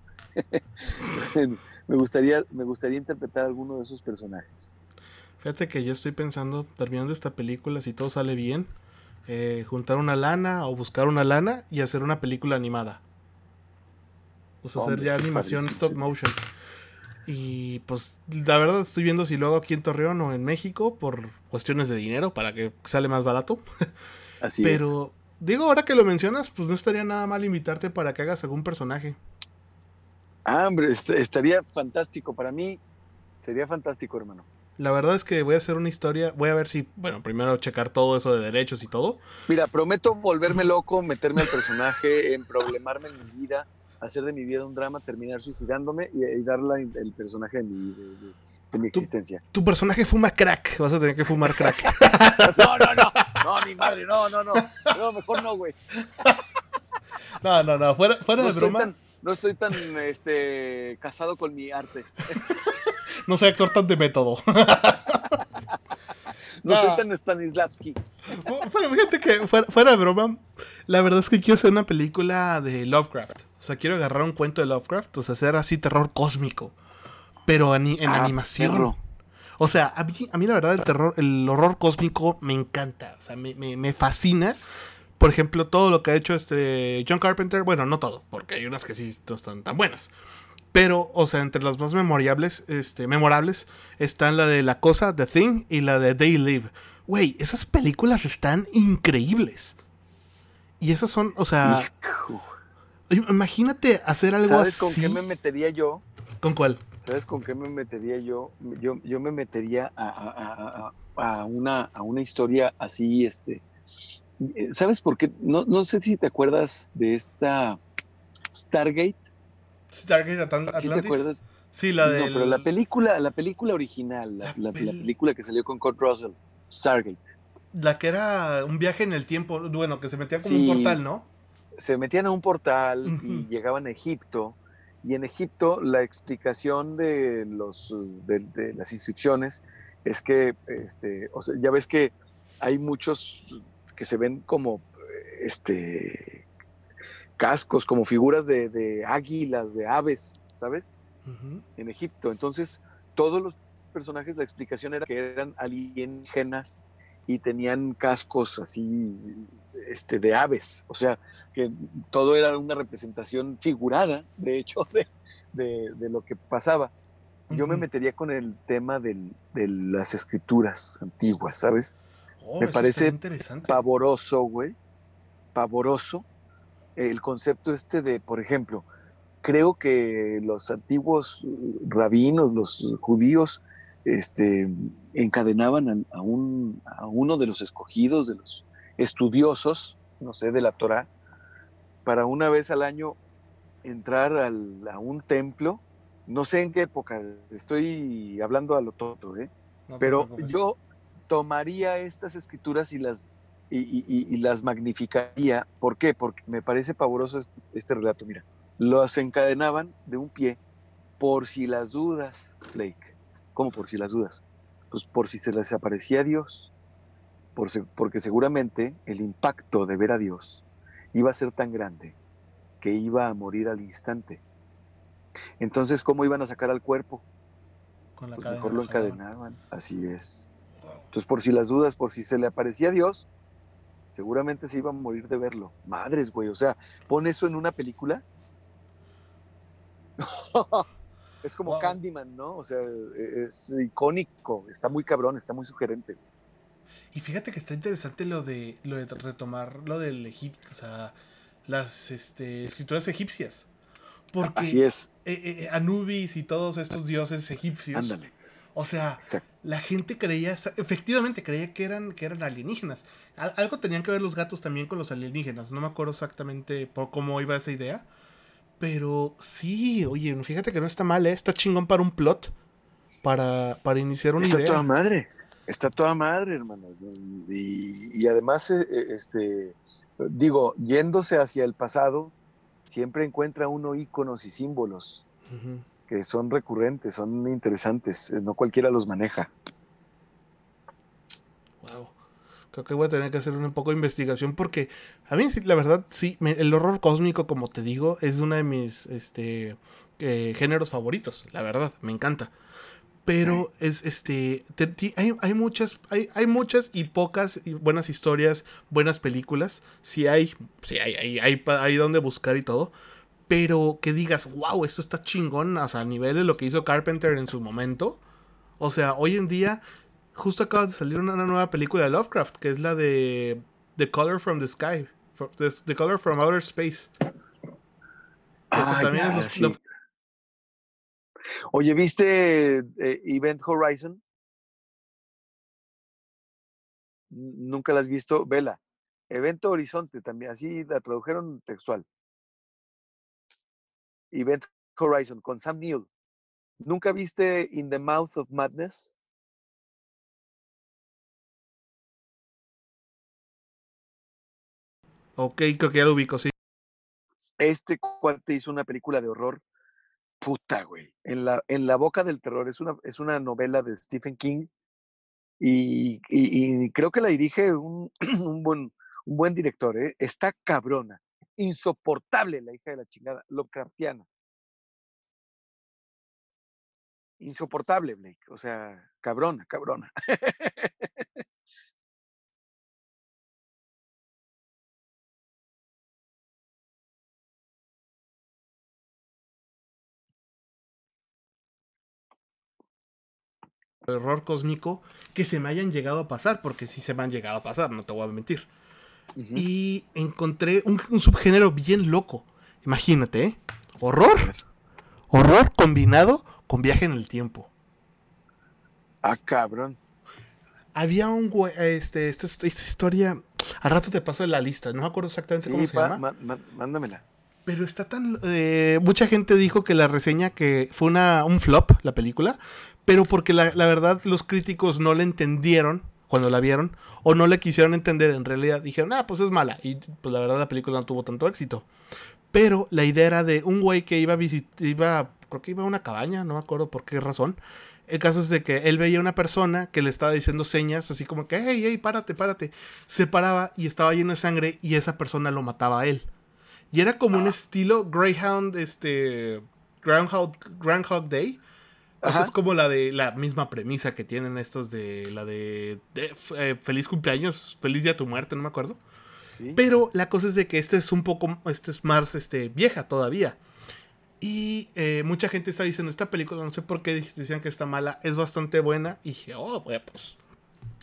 Speaker 2: me gustaría, me gustaría interpretar alguno de esos personajes.
Speaker 1: Fíjate que yo estoy pensando, terminando esta película, si todo sale bien, eh, juntar una lana o buscar una lana y hacer una película animada. O sea, Hombre, hacer ya animación stop motion. Y pues la verdad estoy viendo si lo hago aquí en Torreón o en México por cuestiones de dinero, para que sale más barato.
Speaker 2: Así
Speaker 1: Pero
Speaker 2: es.
Speaker 1: Digo, ahora que lo mencionas, pues no estaría nada mal invitarte para que hagas algún personaje.
Speaker 2: Ah, hombre, est- estaría fantástico. Para mí sería fantástico, hermano.
Speaker 1: La verdad es que voy a hacer una historia, voy a ver si, bueno, primero checar todo eso de derechos y todo.
Speaker 2: Mira, prometo volverme loco, meterme al personaje, en problemarme en mi vida, hacer de mi vida un drama, terminar suicidándome y, y darle el personaje de mi, de, de, de mi existencia.
Speaker 1: Tu, tu personaje fuma crack, vas a tener que fumar crack.
Speaker 2: No, no, no, no, mi madre, no, no, no, no, mejor no, güey.
Speaker 1: No, no, no, fuera, fuera
Speaker 2: no
Speaker 1: de broma.
Speaker 2: Tan, no estoy tan este, casado con mi arte.
Speaker 1: No soy actor tan de método.
Speaker 2: No nah. soy tan Stanislavski.
Speaker 1: Bueno, fíjate que fuera, fuera de broma, la verdad es que quiero hacer una película de Lovecraft. O sea, quiero agarrar un cuento de Lovecraft, o sea, hacer así terror cósmico, pero en, en ah, animación. Perro. O sea, a mí, a mí la verdad el terror, el horror cósmico me encanta, o sea, me, me, me fascina. Por ejemplo, todo lo que ha hecho este John Carpenter, bueno, no todo, porque hay unas que sí no están tan buenas. Pero, o sea, entre las más memorables, este, memorables están la de La Cosa, The Thing, y la de They Live. Güey, esas películas están increíbles. Y esas son, o sea... Hijo. Imagínate hacer algo
Speaker 2: ¿Sabes
Speaker 1: así.
Speaker 2: ¿Sabes con qué me metería yo?
Speaker 1: ¿Con cuál?
Speaker 2: ¿Sabes con qué me metería yo? Yo, yo me metería a, a, a, a, una, a una historia así, este... ¿Sabes por qué? No, no sé si te acuerdas de esta Stargate.
Speaker 1: Stargate Atlantis.
Speaker 2: ¿Sí te acuerdas?
Speaker 1: Sí, la de.
Speaker 2: No, pero la película, la película original, la, la, la, la película que salió con Kurt Russell, Stargate.
Speaker 1: La que era un viaje en el tiempo, bueno, que se metían como sí, un portal, ¿no?
Speaker 2: Se metían a un portal uh-huh. y llegaban a Egipto. Y en Egipto la explicación de los de, de las inscripciones es que, este, o sea, ya ves que hay muchos que se ven como, este, cascos, como figuras de, de águilas, de aves, ¿sabes? Uh-huh. En Egipto. Entonces, todos los personajes, la explicación era que eran alienígenas y tenían cascos así, este, de aves. O sea, que todo era una representación figurada, de hecho, de, de, de lo que pasaba. Uh-huh. Yo me metería con el tema del, de las escrituras antiguas, ¿sabes?
Speaker 1: Oh,
Speaker 2: me parece pavoroso, güey, pavoroso, el concepto este de, por ejemplo, creo que los antiguos rabinos, los judíos, este, encadenaban a, a, un, a uno de los escogidos, de los estudiosos, no sé, de la Torá, para una vez al año entrar al, a un templo. No sé en qué época, estoy hablando a lo tonto, ¿eh?
Speaker 1: No te
Speaker 2: Pero
Speaker 1: preocupes.
Speaker 2: yo tomaría estas escrituras y las, y, y, y las magnificaría. ¿Por qué? Porque me parece pavoroso este, este relato. Mira, los encadenaban de un pie por si las dudas, Blake. ¿Cómo por si las dudas? Pues por si se les aparecía Dios, por se, porque seguramente el impacto de ver a Dios iba a ser tan grande que iba a morir al instante. Entonces, ¿cómo iban a sacar al cuerpo?
Speaker 1: Con la
Speaker 2: Pues
Speaker 1: cadena
Speaker 2: mejor
Speaker 1: lo
Speaker 2: lo
Speaker 1: jalaban.
Speaker 2: encadenaban. Así es.
Speaker 1: Wow.
Speaker 2: Entonces, por si las dudas, por si se le aparecía a Dios, seguramente se iba a morir de verlo. Madres, güey. O sea, pon eso en una película. Es como
Speaker 1: Wow.
Speaker 2: Candyman, ¿no? O sea, es icónico. Está muy cabrón, está muy sugerente.
Speaker 1: Y fíjate que está interesante lo de lo de retomar lo del Egipto, o sea, las este, escrituras egipcias.
Speaker 2: Así
Speaker 1: Porque
Speaker 2: es.
Speaker 1: eh, eh, Anubis y todos estos dioses egipcios,
Speaker 2: Ándale.
Speaker 1: o sea,
Speaker 2: Exacto.
Speaker 1: la gente creía, efectivamente creía que eran, que eran alienígenas. Al, algo tenían que ver los gatos también con los alienígenas. No me acuerdo exactamente por cómo iba esa idea. Pero sí, oye, fíjate que no está mal, ¿eh? Está chingón para un plot, para, para iniciar una
Speaker 2: Está toda
Speaker 1: idea.
Speaker 2: madre. Está toda madre, hermano. Y, y además, eh, este, digo, yéndose hacia el pasado, siempre encuentra uno íconos y símbolos
Speaker 1: Uh-huh.
Speaker 2: que son recurrentes, son interesantes, no cualquiera los maneja.
Speaker 1: Wow. Creo que voy a tener que hacer un poco de investigación porque a mí, sí, la verdad, sí, me, el horror cósmico, como te digo, es uno de mis este, eh, géneros favoritos. La verdad, me encanta. Pero es este te, te, hay, hay muchas hay, hay muchas y pocas y buenas historias, buenas películas. Sí hay, sí hay, hay, hay, hay donde buscar y todo. Pero que digas, wow, esto está chingón, o sea, a nivel de lo que hizo Carpenter en su momento. O sea, hoy en día, justo acaba de salir una, una nueva película de Lovecraft, que es la de The Color from the Sky, The, the Color from Outer Space. Que, o sea,
Speaker 2: Ah,
Speaker 1: también es
Speaker 2: ya,
Speaker 1: los,
Speaker 2: sí.
Speaker 1: los.
Speaker 2: Oye, ¿viste eh, Event Horizon? ¿Nunca la has visto? Vela. Evento Horizonte también, así la tradujeron textual. Event Horizon con Sam Neill. ¿Nunca viste In the Mouth of Madness?
Speaker 1: Ok, creo que ya lo ubico, sí.
Speaker 2: Este cuate hizo una película de horror. Puta, güey. En la, en la boca del terror. Es una, es una novela de Stephen King. Y, y, y creo que la dirige un, un, buen, un buen director, ¿eh? Está cabrona. Insoportable la hija de la chingada. Lovecraftiana. Insoportable, Blake. O sea, cabrona, cabrona.
Speaker 1: Horror cósmico que se me hayan llegado a pasar, porque sí se me han llegado a pasar, no te voy a mentir.
Speaker 2: Uh -huh.
Speaker 1: Y encontré un, un subgénero bien loco. Imagínate, ¿eh?
Speaker 2: A
Speaker 1: Horror.
Speaker 2: ver.
Speaker 1: Horror combinado con viaje en el tiempo.
Speaker 2: Ah, cabrón.
Speaker 1: Había un güey, este, esta, esta historia, al rato te paso en la lista, no me acuerdo exactamente cómo
Speaker 2: Sí,
Speaker 1: se
Speaker 2: pa,
Speaker 1: llama,
Speaker 2: ma, ma, mándamela.
Speaker 1: pero está tan, eh, mucha gente dijo que la reseña que fue una, un flop la película, pero porque la, la verdad los críticos no la entendieron cuando la vieron, o no le quisieron entender, en realidad dijeron, ah, pues es mala, y pues la verdad la película no tuvo tanto éxito. Pero la idea era de un güey que iba a visitar, iba, creo que iba a una cabaña, no me acuerdo por qué razón. El caso es de que él veía a una persona que le estaba diciendo señas, así como que, hey, hey, párate, párate. Se paraba y estaba lleno de sangre y esa persona lo mataba a él. Y era como un
Speaker 2: Ah.
Speaker 1: estilo Greyhound, este, Groundhog, Groundhog Day. O sea, es
Speaker 2: Ajá.
Speaker 1: como la de la misma premisa que tienen estos de la de, de eh, feliz cumpleaños, feliz día a tu muerte, no me acuerdo.
Speaker 2: Sí.
Speaker 1: Pero la cosa es de que este es un poco, este es más este, vieja todavía. Y eh, mucha gente está diciendo, esta película, no sé por qué decían que está mala, es bastante buena. Y dije, oh, pues,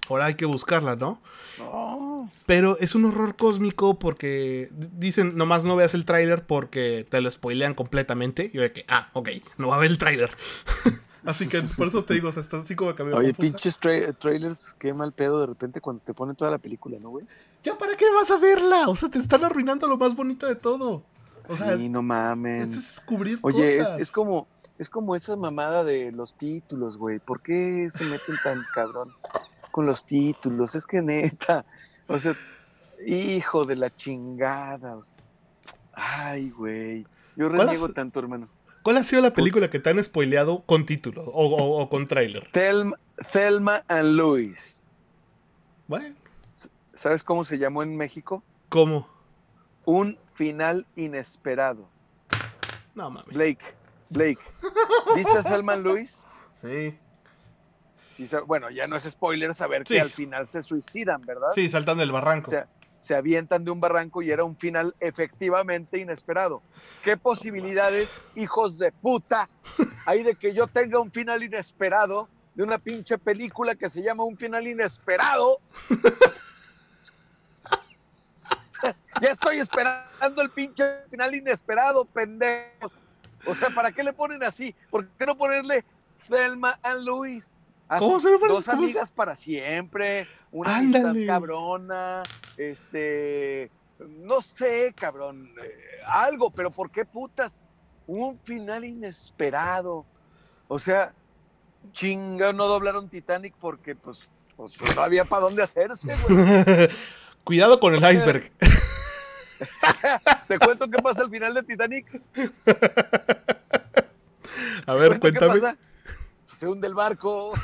Speaker 1: Ahora hay que buscarla, ¿no?
Speaker 2: No.
Speaker 1: Pero es un horror cósmico porque dicen, nomás no veas el tráiler porque te lo spoilean completamente. Y yo de que, ah, ok, no va a ver el tráiler. Así que por eso te digo, o sea, está así como que medio
Speaker 2: Oye,
Speaker 1: confusa.
Speaker 2: pinches tra- trailers, qué mal pedo de repente cuando te ponen toda la película, ¿no, güey?
Speaker 1: ¿Ya para qué vas a verla? O sea, te están arruinando lo más bonito de todo. O sea,
Speaker 2: Sí, no
Speaker 1: esto
Speaker 2: mamen.
Speaker 1: es descubrir
Speaker 2: Oye, es, es
Speaker 1: cosas.
Speaker 2: como, es como esa mamada de los títulos, güey. ¿Por qué se meten tan cabrón con los títulos? Es que neta, o sea, hijo de la chingada. O sea, ay, güey. Yo
Speaker 1: ¿Cuál, has-
Speaker 2: reniego tanto, hermano.
Speaker 1: ¿Cuál ha sido la película
Speaker 2: Putz.
Speaker 1: que te han spoileado con título o, o- o con tráiler?
Speaker 2: Thelma, Thelma and Louise.
Speaker 1: Bueno,
Speaker 2: S- ¿Sabes cómo se llamó en México?
Speaker 1: ¿cómo?
Speaker 2: Un final inesperado.
Speaker 1: No mames.
Speaker 2: Blake, Blake, ¿viste a Thelma and Louise?
Speaker 1: Sí.
Speaker 2: Sí, sa- bueno, ya no es spoiler saber que
Speaker 1: Sí,
Speaker 2: al final se suicidan, ¿verdad?
Speaker 1: sí, saltando el
Speaker 2: O
Speaker 1: barranco.
Speaker 2: sea, se avientan de un barranco y era un final efectivamente inesperado. ¿Qué posibilidades, hijos de puta, hay de que yo tenga un final inesperado de una pinche película que se llama Un final inesperado? Ya estoy esperando el pinche final inesperado, pendejos. O sea, ¿para qué le ponen así? ¿Por qué no ponerle Thelma and Louise?
Speaker 1: ¿Cómo
Speaker 2: Así,
Speaker 1: se llama?
Speaker 2: dos
Speaker 1: ¿Cómo se...
Speaker 2: amigas para siempre, una amistad
Speaker 1: Ándale.
Speaker 2: cabrona, este, no sé, cabrón, eh, algo, pero ¿por qué putas? Un final inesperado. O sea, chinga, no doblaron Titanic porque pues, pues no había para dónde hacerse, güey.
Speaker 1: Cuidado con el
Speaker 2: O sea,
Speaker 1: iceberg.
Speaker 2: ¿te cuento qué pasa al final de Titanic?
Speaker 1: A
Speaker 2: ¿Te
Speaker 1: ver,
Speaker 2: cuento qué
Speaker 1: cuéntame.
Speaker 2: pasa? Pues se hunde el barco.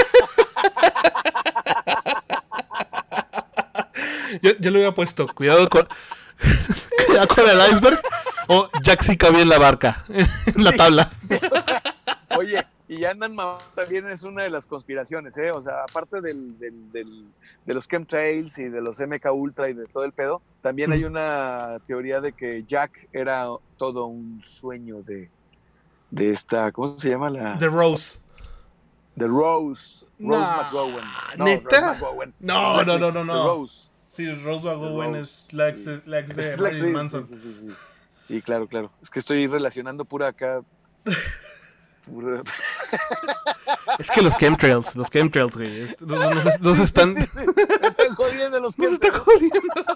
Speaker 1: Yo, yo le hubiera puesto, cuidado con, cuidado con el iceberg. O Jack sí cabía en la barca, en la
Speaker 2: Sí,
Speaker 1: tabla.
Speaker 2: sí, o sea, oye, y andan también es una de las conspiraciones, ¿eh? O sea, aparte del, del, del, de los chemtrails y de los M K Ultra y de todo el pedo, también hay una teoría de que Jack era todo un sueño de, de esta, ¿cómo se llama
Speaker 1: The
Speaker 2: la?
Speaker 1: Rose.
Speaker 2: De Rose, Rose
Speaker 1: Nah,
Speaker 2: McGowan. No, Rose
Speaker 1: ¿neta?
Speaker 2: McGowan. Es
Speaker 1: No,
Speaker 2: la
Speaker 1: no, no,
Speaker 2: actriz,
Speaker 1: no,
Speaker 2: The
Speaker 1: no.
Speaker 2: Rose.
Speaker 1: Sí, Rose
Speaker 2: The
Speaker 1: McGowan
Speaker 2: Rose,
Speaker 1: es la ex,
Speaker 2: sí.
Speaker 1: la ex de
Speaker 2: Es la
Speaker 1: Marilyn
Speaker 2: actriz, sí,
Speaker 1: Manson.
Speaker 2: sí, sí, sí. Sí, claro, claro. Es que estoy relacionando pura acá. Pura...
Speaker 1: Es que los chemtrails, los chemtrails, güey. es- Nos, nos- nos
Speaker 2: Sí, sí,
Speaker 1: están.
Speaker 2: sí, sí. Me están jodiendo los
Speaker 1: Nos están
Speaker 2: chemtrails.
Speaker 1: jodiendo.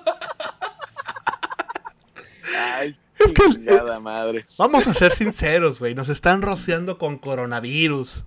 Speaker 2: Ay,
Speaker 1: Es que. eh,
Speaker 2: chingada madre.
Speaker 1: vamos a ser sinceros, güey. Nos están rociando con coronavirus.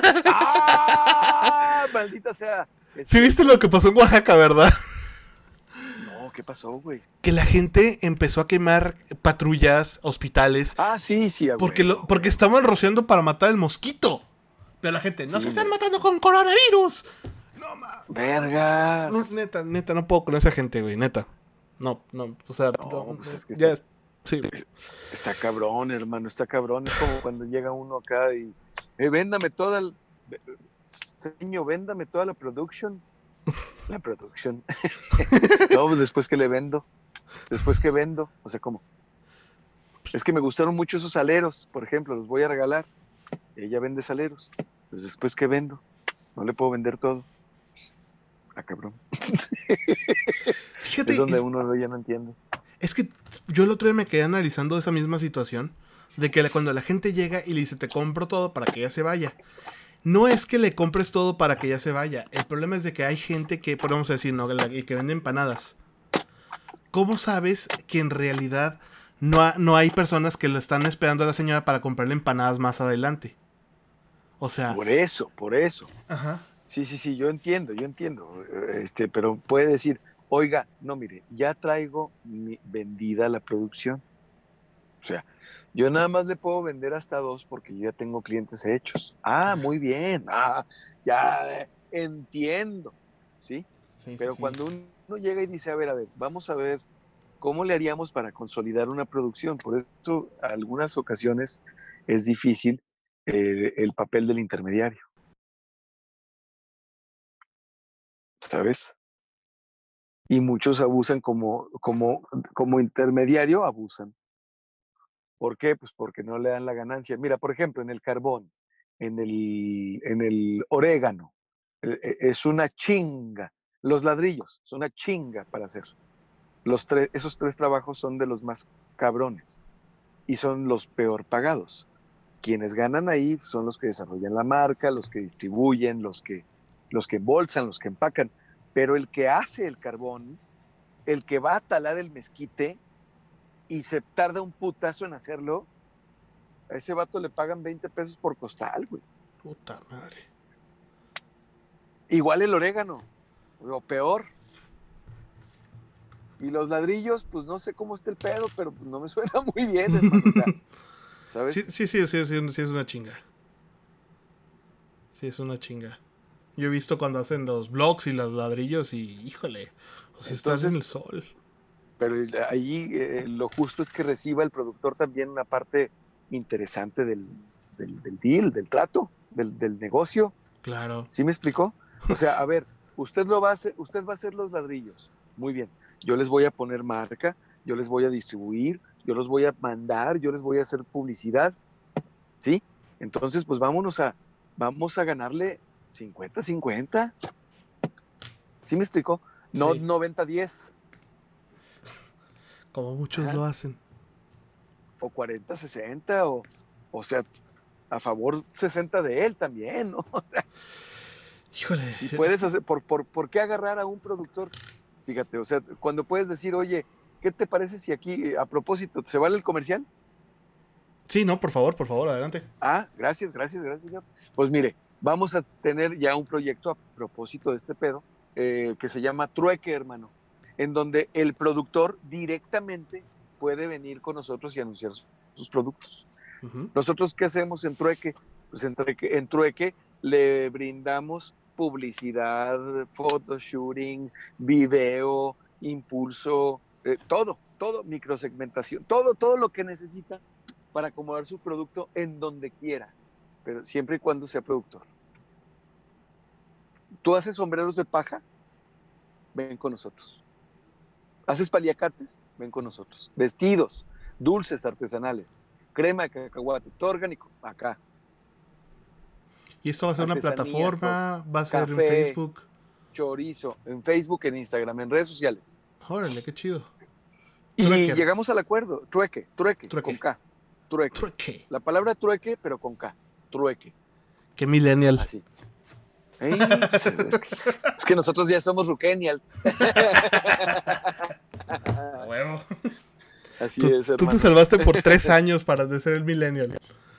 Speaker 2: ¡Ah! Maldita sea. Es
Speaker 1: ¿Sí viste
Speaker 2: cierto.
Speaker 1: lo que pasó en Oaxaca, verdad?
Speaker 2: No, ¿qué pasó, güey?
Speaker 1: Que la gente empezó a quemar patrullas, hospitales,
Speaker 2: Ah, sí, sí, a
Speaker 1: porque,
Speaker 2: huevo,
Speaker 1: lo,
Speaker 2: a
Speaker 1: porque
Speaker 2: huevo.
Speaker 1: estaban rociando para matar el mosquito. Pero la gente, nos
Speaker 2: Sí,
Speaker 1: están
Speaker 2: güey.
Speaker 1: matando con coronavirus. No, ma. No,
Speaker 2: Vergas.
Speaker 1: neta, neta, no puedo con esa gente, güey, neta. No, no, o sea,
Speaker 2: No,
Speaker 1: no,
Speaker 2: pues es que
Speaker 1: ya
Speaker 2: está,
Speaker 1: es. Sí.
Speaker 2: está cabrón, hermano, está cabrón. Es como cuando llega uno acá y, eh, véndame toda, el, señor, véndame toda la production. La production. No, pues después que le vendo. Después que vendo. O sea, ¿cómo? Es que me gustaron mucho esos aleros, por ejemplo, los voy a regalar. Ella vende saleros. Pues después que vendo. No le puedo vender todo. Ah, cabrón.
Speaker 1: Fíjate,
Speaker 2: Es donde
Speaker 1: es,
Speaker 2: uno ya no entiende.
Speaker 1: es que yo el otro día me quedé analizando esa misma situación. De que la- cuando la gente llega y le dice, te compro todo para que ella se vaya. No es que le compres todo para que ella se vaya. El problema es de que hay gente que, podemos decir, no, la- el que vende empanadas. ¿Cómo sabes que en realidad no, ha- no hay personas que lo están esperando a la señora para comprarle empanadas más adelante? O sea,
Speaker 2: Por eso, por eso.
Speaker 1: ajá.
Speaker 2: Sí, sí, sí, yo entiendo, yo entiendo. Este, pero puede decir, oiga, no, mire, ya traigo mi, vendida la producción. O sea, yo nada más le puedo vender hasta dos porque yo ya tengo clientes hechos. Ah, muy bien. Ah, ya eh, entiendo. ¿Sí?
Speaker 1: Sí, sí,
Speaker 2: Pero
Speaker 1: sí.
Speaker 2: cuando uno llega y dice, a ver, a ver, vamos a ver cómo le haríamos para consolidar una producción. Por eso, a algunas ocasiones es difícil eh, el papel del intermediario, ¿sabes? Y muchos abusan como, como, como intermediario, abusan. ¿Por qué? Pues porque no le dan la ganancia. Mira, por ejemplo, en el carbón, en el, en el orégano, Eh, Es una chinga. Los ladrillos son una chinga para hacer. Los tres, esos tres trabajos son de los más cabrones y son los peor pagados. Quienes ganan ahí son los que desarrollan la marca, los que distribuyen, los que, los que embolsan, los que empacan. Pero el que hace el carbón, el que va a talar el mezquite y se tarda un putazo en hacerlo, a ese vato le pagan veinte pesos por costal, güey.
Speaker 1: Puta madre.
Speaker 2: Igual el orégano, o peor. Y los ladrillos, pues no sé cómo está el pedo, pero no me suena muy bien, hermano. O sea, ¿sabes?
Speaker 1: Sí, sí, sí, sí, sí, sí es una chinga. Sí, es una chinga. Yo he visto cuando hacen los blocks y los ladrillos y, híjole, o sea, estás en el sol.
Speaker 2: Pero ahí eh, lo justo es que reciba el productor también una parte interesante del, del, del deal, del trato, del, del negocio.
Speaker 1: Claro.
Speaker 2: ¿Sí me explicó? O sea, a ver, usted lo va a hacer, usted va a hacer los ladrillos. Muy bien. Yo les voy a poner marca, yo les voy a distribuir, yo los voy a mandar, yo les voy a hacer publicidad. ¿Sí? Entonces, pues vámonos a, vamos a ganarle cincuenta cincuenta. ¿Sí me explicó? No
Speaker 1: Sí.
Speaker 2: noventa diez.
Speaker 1: Como muchos
Speaker 2: Ajá.
Speaker 1: lo hacen.
Speaker 2: O cuarenta sesenta, o, o sea, a favor sesenta de él también, ¿no? O sea,
Speaker 1: híjole.
Speaker 2: y puedes
Speaker 1: que...
Speaker 2: hacer, por, por, ¿por qué agarrar a un productor? Fíjate, o sea, cuando puedes decir, oye, ¿qué te parece si aquí, a propósito, se vale el comercial?
Speaker 1: Sí, no, por favor, por favor, adelante.
Speaker 2: Ah, gracias, gracias, gracias, señor. Pues mire, vamos a tener ya un proyecto a propósito de este pedo, eh, que se llama Trueque, hermano, en donde el productor directamente puede venir con nosotros y anunciar sus productos.
Speaker 1: Uh-huh.
Speaker 2: ¿Nosotros qué hacemos en Trueque? Pues en Trueque, en Trueque le brindamos publicidad, photoshooting, video, impulso, eh, todo, todo, microsegmentación, todo, todo lo que necesita para acomodar su producto en donde quiera, pero siempre y cuando sea productor. ¿Tú haces sombreros de paja? Ven con nosotros. ¿Haces paliacates? Ven con nosotros. Vestidos, dulces artesanales, crema de cacahuate, todo orgánico, acá.
Speaker 1: Y esto va a ser una plataforma, va a ser en
Speaker 2: café,
Speaker 1: Facebook.
Speaker 2: chorizo, en Facebook, en Instagram, en redes sociales.
Speaker 1: Órale, qué chido.
Speaker 2: Y
Speaker 1: Truecker.
Speaker 2: llegamos al acuerdo, trueque, trueque,
Speaker 1: Trueque.
Speaker 2: con K, trueque.
Speaker 1: Trueque.
Speaker 2: La palabra trueque, pero con K, trueque.
Speaker 1: Qué millennial.
Speaker 2: Así. Ey, pues, es, que, es que nosotros ya somos ruquenials.
Speaker 1: A huevo.
Speaker 2: Así
Speaker 1: tú,
Speaker 2: es, hermano.
Speaker 1: Tú te salvaste por tres años para de ser el millennial.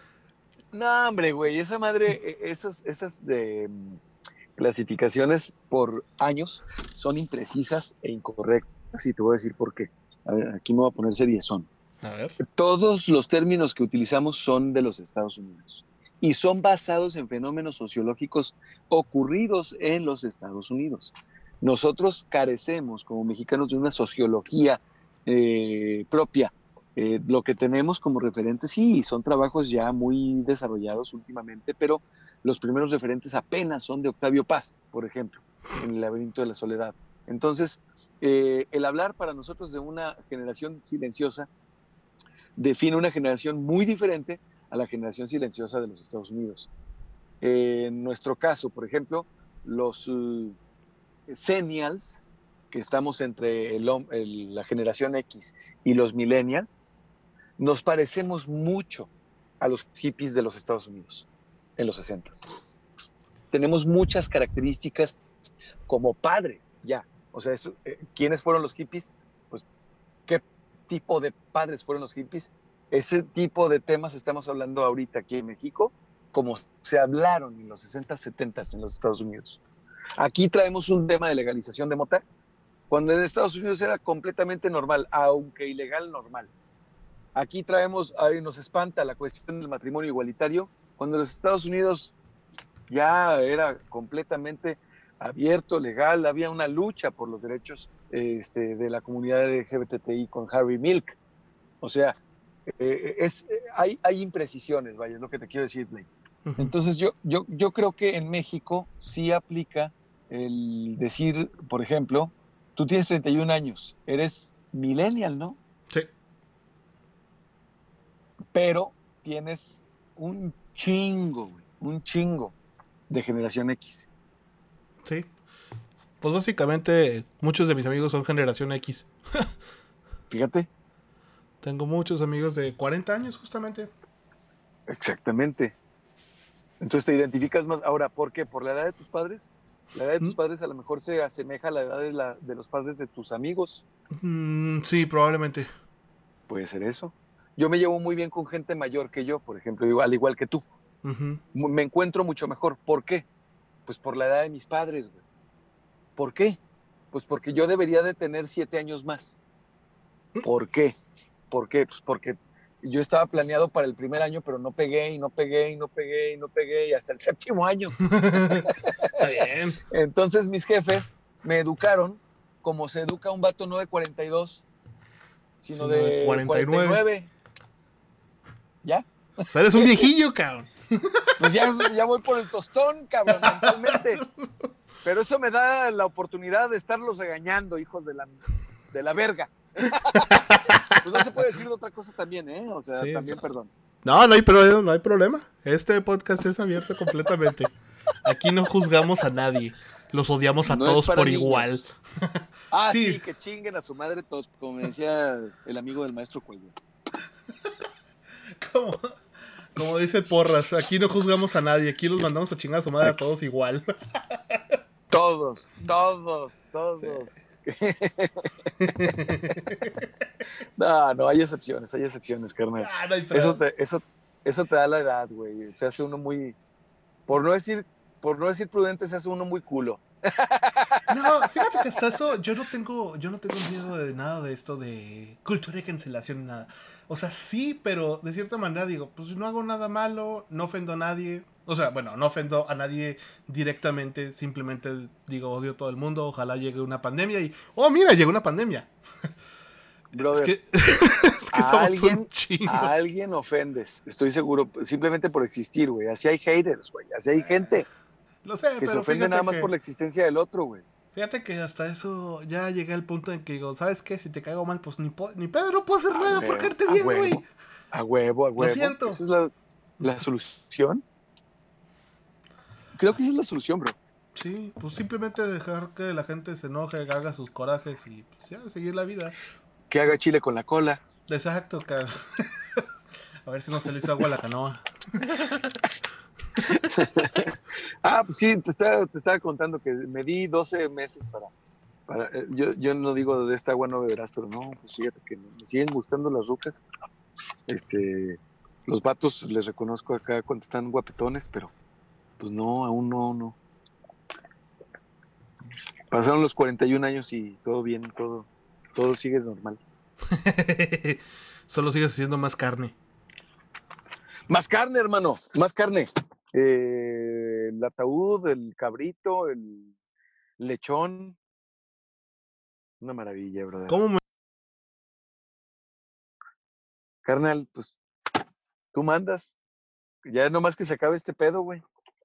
Speaker 2: No, hombre, güey, esa madre, esas, esas de um, clasificaciones por años son imprecisas e incorrectas. Y te voy a decir por qué. A ver, aquí me voy a poner seriezón.
Speaker 1: A ver.
Speaker 2: Todos los términos que utilizamos son de los Estados Unidos y son basados en fenómenos sociológicos ocurridos en los Estados Unidos. Nosotros carecemos como mexicanos de una sociología eh, propia. Eh, lo que tenemos como referentes, sí, son trabajos ya muy desarrollados últimamente, pero los primeros referentes apenas son de Octavio Paz, por ejemplo, en El laberinto de la soledad. Entonces, eh, el hablar para nosotros de una generación silenciosa define una generación muy diferente a la generación silenciosa de los Estados Unidos. Eh, en nuestro caso, por ejemplo, los uh, Zennials, que estamos entre el, el, la generación X y los Millennials, nos parecemos mucho a los hippies de los Estados Unidos en los sesentas. Tenemos muchas características como padres, ya. O sea, eso, eh, ¿quiénes fueron los hippies? Pues, ¿qué tipo de padres fueron los hippies? Ese tipo de temas estamos hablando ahorita aquí en México, como se hablaron en los sesentas, setentas en los Estados Unidos. Aquí traemos un tema de legalización de mota, cuando en Estados Unidos era completamente normal, aunque ilegal, normal. Aquí traemos, ahí nos espanta la cuestión del matrimonio igualitario, cuando en los Estados Unidos ya era completamente abierto, legal, había una lucha por los derechos este, de la comunidad L G B T I con Harry Milk. O sea, eh, es, hay, hay imprecisiones, vaya, es lo que te quiero decir, Blake. Uh-huh. Entonces yo, yo, yo creo que en México sí aplica el decir, por ejemplo, tú tienes treinta y un años, eres millennial, ¿no?
Speaker 1: Sí.
Speaker 2: Pero tienes un chingo, un chingo de generación X.
Speaker 1: Sí. Pues básicamente muchos de mis amigos son generación X.
Speaker 2: Fíjate.
Speaker 1: Tengo muchos amigos de cuarenta años justamente.
Speaker 2: Exactamente. Entonces te identificas más. Ahora, ¿por qué? ¿Por la edad de tus padres? La edad de tus padres a lo mejor se asemeja a la edad de, la, de los padres de tus amigos.
Speaker 1: Mm, sí, probablemente.
Speaker 2: Puede ser eso. Yo me llevo muy bien con gente mayor que yo, por ejemplo, al igual que tú.
Speaker 1: Uh-huh.
Speaker 2: Me encuentro mucho mejor. ¿Por qué? Pues por la edad de mis padres, güey. ¿Por qué? Pues porque yo debería de tener siete años más. ¿Por qué? ¿Por qué? Pues porque yo estaba planeado para el primer año, pero no pegué y no pegué y no pegué y no pegué y hasta el séptimo año.
Speaker 1: Está bien.
Speaker 2: Entonces mis jefes me educaron como se educa un vato no de cuarenta y dos, sino, sino de, de cuarenta y nueve. cuarenta y nueve. ¿Ya?
Speaker 1: O sea, eres un viejillo, cabrón.
Speaker 2: Pues ya, ya voy por el tostón, cabrón, mentalmente. Pero eso me da la oportunidad de estarlos regañando, hijos de la, de la verga. Pues no se puede decir de otra cosa también, ¿eh? O sea, sí, también, o sea, perdón.
Speaker 1: No, no hay, problema, no hay problema. Este podcast es abierto completamente. Aquí no juzgamos a nadie. Los odiamos a no todos por niños. Igual.
Speaker 2: Ah, sí. sí, que chinguen a su madre todos, como decía el amigo del maestro Cuello.
Speaker 1: Como, como dice Porras, aquí no juzgamos a nadie, aquí los mandamos a chingar a su madre a todos igual.
Speaker 2: Todos, todos, todos. Sí. No, no, hay excepciones, hay excepciones, carnal. Ah, no hay eso, te, eso, eso te da la edad, güey. Se hace uno muy, por no decir, por no decir prudente, se hace uno muy culo.
Speaker 1: No, fíjate que hasta eso yo no tengo, yo no tengo miedo de nada de esto de cultura de cancelación ni nada. O sea, sí, pero de cierta manera digo, pues no hago nada malo, no ofendo a nadie. O sea, bueno, no ofendo a nadie directamente, simplemente digo, odio a todo el mundo, ojalá llegue una pandemia y, oh, mira, llegó una pandemia.
Speaker 2: Brother,
Speaker 1: es que, es que
Speaker 2: a,
Speaker 1: somos
Speaker 2: alguien,
Speaker 1: un chingo.
Speaker 2: A alguien ofendes, estoy seguro, simplemente por existir, güey. Así hay haters, güey, así hay gente.
Speaker 1: Lo sé,
Speaker 2: que
Speaker 1: pero
Speaker 2: se ofende nada más
Speaker 1: que,
Speaker 2: por la existencia del otro, güey.
Speaker 1: Fíjate que hasta eso ya llegué al punto en que digo, ¿sabes qué? Si te caigo mal, pues ni, ni pedo, no puedo hacer a nada huevo, por caerte bien, güey.
Speaker 2: A huevo, a huevo.
Speaker 1: Lo siento.
Speaker 2: Esa es la, la solución. Creo que esa es la solución, bro.
Speaker 1: Sí, pues simplemente dejar que la gente se enoje, haga sus corajes y pues ya, seguir la vida.
Speaker 2: Que haga chile con la cola.
Speaker 1: Exacto, que... A ver si no se le hizo agua a la canoa.
Speaker 2: Ah, pues sí, te estaba, te estaba contando que me di doce meses para... para eh, yo, yo no digo de esta agua no beberás, pero no, pues fíjate que me siguen gustando las rucas. Este, los vatos les reconozco acá cuando están guapetones, pero pues no, aún no, no. Pasaron los cuarenta y un años y todo bien, todo, todo sigue normal.
Speaker 1: Solo sigues haciendo más carne.
Speaker 2: Más carne, hermano, más carne. Eh, el ataúd, el cabrito, el lechón. Una maravilla, brother.
Speaker 1: ¿Cómo me...
Speaker 2: Carnal, pues tú mandas. Ya nomás que se acabe este pedo, güey.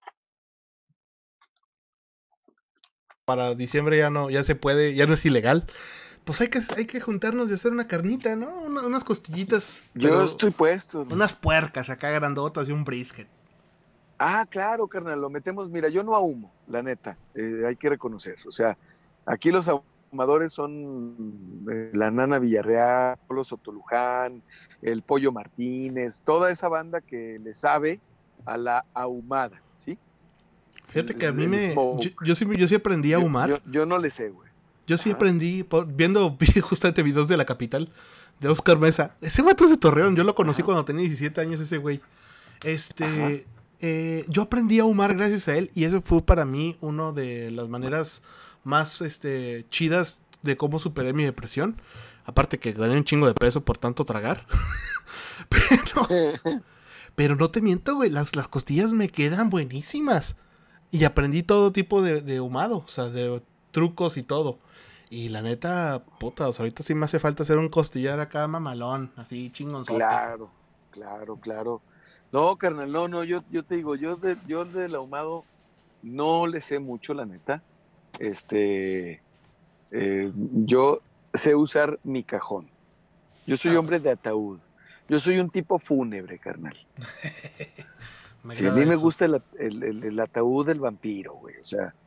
Speaker 1: Para diciembre ya no, ya se puede, ya no es ilegal. Pues hay que, hay que juntarnos y hacer una carnita, ¿no? Una, unas costillitas.
Speaker 2: Yo estoy puesto.
Speaker 1: ¿No? Unas puercas acá grandotas y un brisket.
Speaker 2: Ah, claro, carnal, lo metemos. Mira, yo no ahumo, la neta. Eh, hay que reconocer. O sea, aquí los ahumadores son eh, la Nana Villarreal, Polo Sotoluján, el Pollo Martínez, toda esa banda que le sabe a la ahumada, ¿sí?
Speaker 1: Fíjate que a mí me... Yo, yo, sí, yo sí aprendí a ahumar.
Speaker 2: Yo, yo, yo no le sé, güey.
Speaker 1: Yo sí Ajá. aprendí, por, viendo justamente videos de La Capital, de Oscar Mesa. Ese vato es de Torreón, yo lo conocí Ajá. cuando tenía diecisiete años, ese güey. Este, eh, yo aprendí a ahumar gracias a él y eso fue para mí una de las maneras más este, chidas de cómo superé mi depresión. Aparte que gané un chingo de peso por tanto tragar. pero, pero no te miento, güey, las, las costillas me quedan buenísimas. Y aprendí todo tipo de, de ahumado, o sea, de trucos y todo. Y la neta, puta, o sea, ahorita sí me hace falta hacer un costillar acá mamalón, así chingonzote.
Speaker 2: Claro, claro, claro. No, carnal, no, no, yo, yo te digo, yo, de, yo del ahumado no le sé mucho, la neta. Este, eh, yo sé usar mi cajón. Yo soy ah. hombre de ataúd. Yo soy un tipo fúnebre, carnal. Sí, a mí me eso. gusta el, el, el, el ataúd del vampiro, güey, o sea,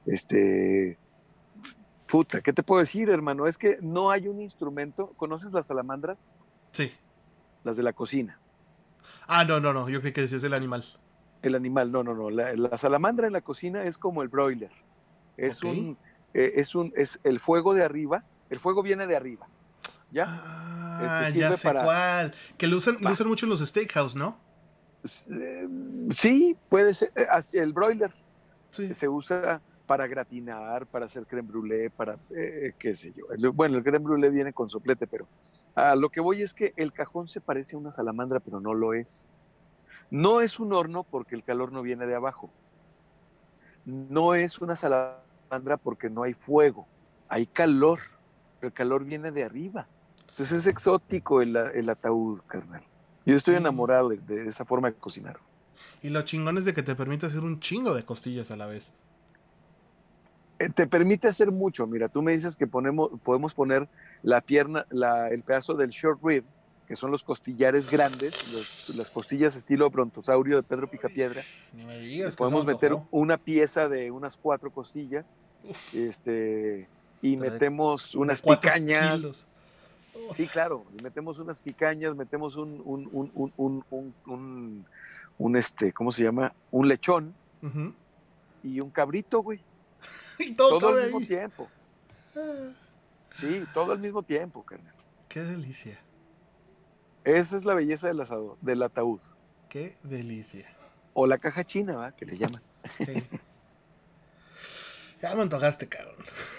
Speaker 2: Este, puta, ¿qué te puedo decir, hermano? Es que no hay un instrumento. ¿Conoces las salamandras?
Speaker 1: Sí.
Speaker 2: Las de la cocina.
Speaker 1: Ah, no, no, no. Yo creí que decías el animal.
Speaker 2: El animal, no, no, no. La, la salamandra en la cocina es como el broiler. Es
Speaker 1: Ok.
Speaker 2: un, eh, es un, es el fuego de arriba. El fuego viene de arriba, ¿ya? Eh, te
Speaker 1: Ah, ya
Speaker 2: sirve
Speaker 1: sé
Speaker 2: para,
Speaker 1: cuál. Que lo usan, lo
Speaker 2: va.
Speaker 1: usan mucho en los steakhouse, ¿no?
Speaker 2: Eh, sí, puede ser. eh, así, El broiler
Speaker 1: Sí.
Speaker 2: se usa para gratinar, para hacer crème brûlée, para eh, qué sé yo. El- bueno, el crème brûlée viene con soplete, pero a lo que voy es que el cajón se parece a una salamandra, pero no lo es. No es un horno porque el calor no viene de abajo. No es una salamandra porque no hay fuego. Hay calor. El calor viene de arriba. Entonces es exótico el, el ataúd, carnal. Yo estoy
Speaker 1: Sí.
Speaker 2: enamorado de, de esa forma de cocinar.
Speaker 1: Y lo chingón es de que te permite hacer un chingo de costillas a la vez.
Speaker 2: Eh, te permite hacer mucho. Mira, tú me dices que ponemos, podemos poner la pierna, la, el pedazo del short rib, que son los costillares grandes, los, las costillas estilo brontosaurio de Pedro
Speaker 1: Ay,
Speaker 2: Picapiedra.
Speaker 1: ni me
Speaker 2: Le
Speaker 1: digas que se me
Speaker 2: podemos meter
Speaker 1: antojó.
Speaker 2: una pieza de unas cuatro costillas, este, y
Speaker 1: Pero de,
Speaker 2: metemos
Speaker 1: de
Speaker 2: unas
Speaker 1: cuatro
Speaker 2: picañas.
Speaker 1: kilos. Uf,
Speaker 2: Sí, claro, y metemos unas picañas, metemos un, un, un, un, un, un, un, un este, ¿cómo se llama? Un lechón
Speaker 1: ujú.
Speaker 2: y un cabrito, güey.
Speaker 1: Y todo
Speaker 2: Todo al
Speaker 1: cabe
Speaker 2: mismo
Speaker 1: ahí.
Speaker 2: tiempo.
Speaker 1: Ah,
Speaker 2: Sí, todo al mismo tiempo, carnal.
Speaker 1: qué delicia.
Speaker 2: Esa es la belleza del asador, del ataúd.
Speaker 1: Qué delicia.
Speaker 2: O la caja china, ¿va? Que le llaman.
Speaker 1: Sí. Ya me antojaste, cabrón.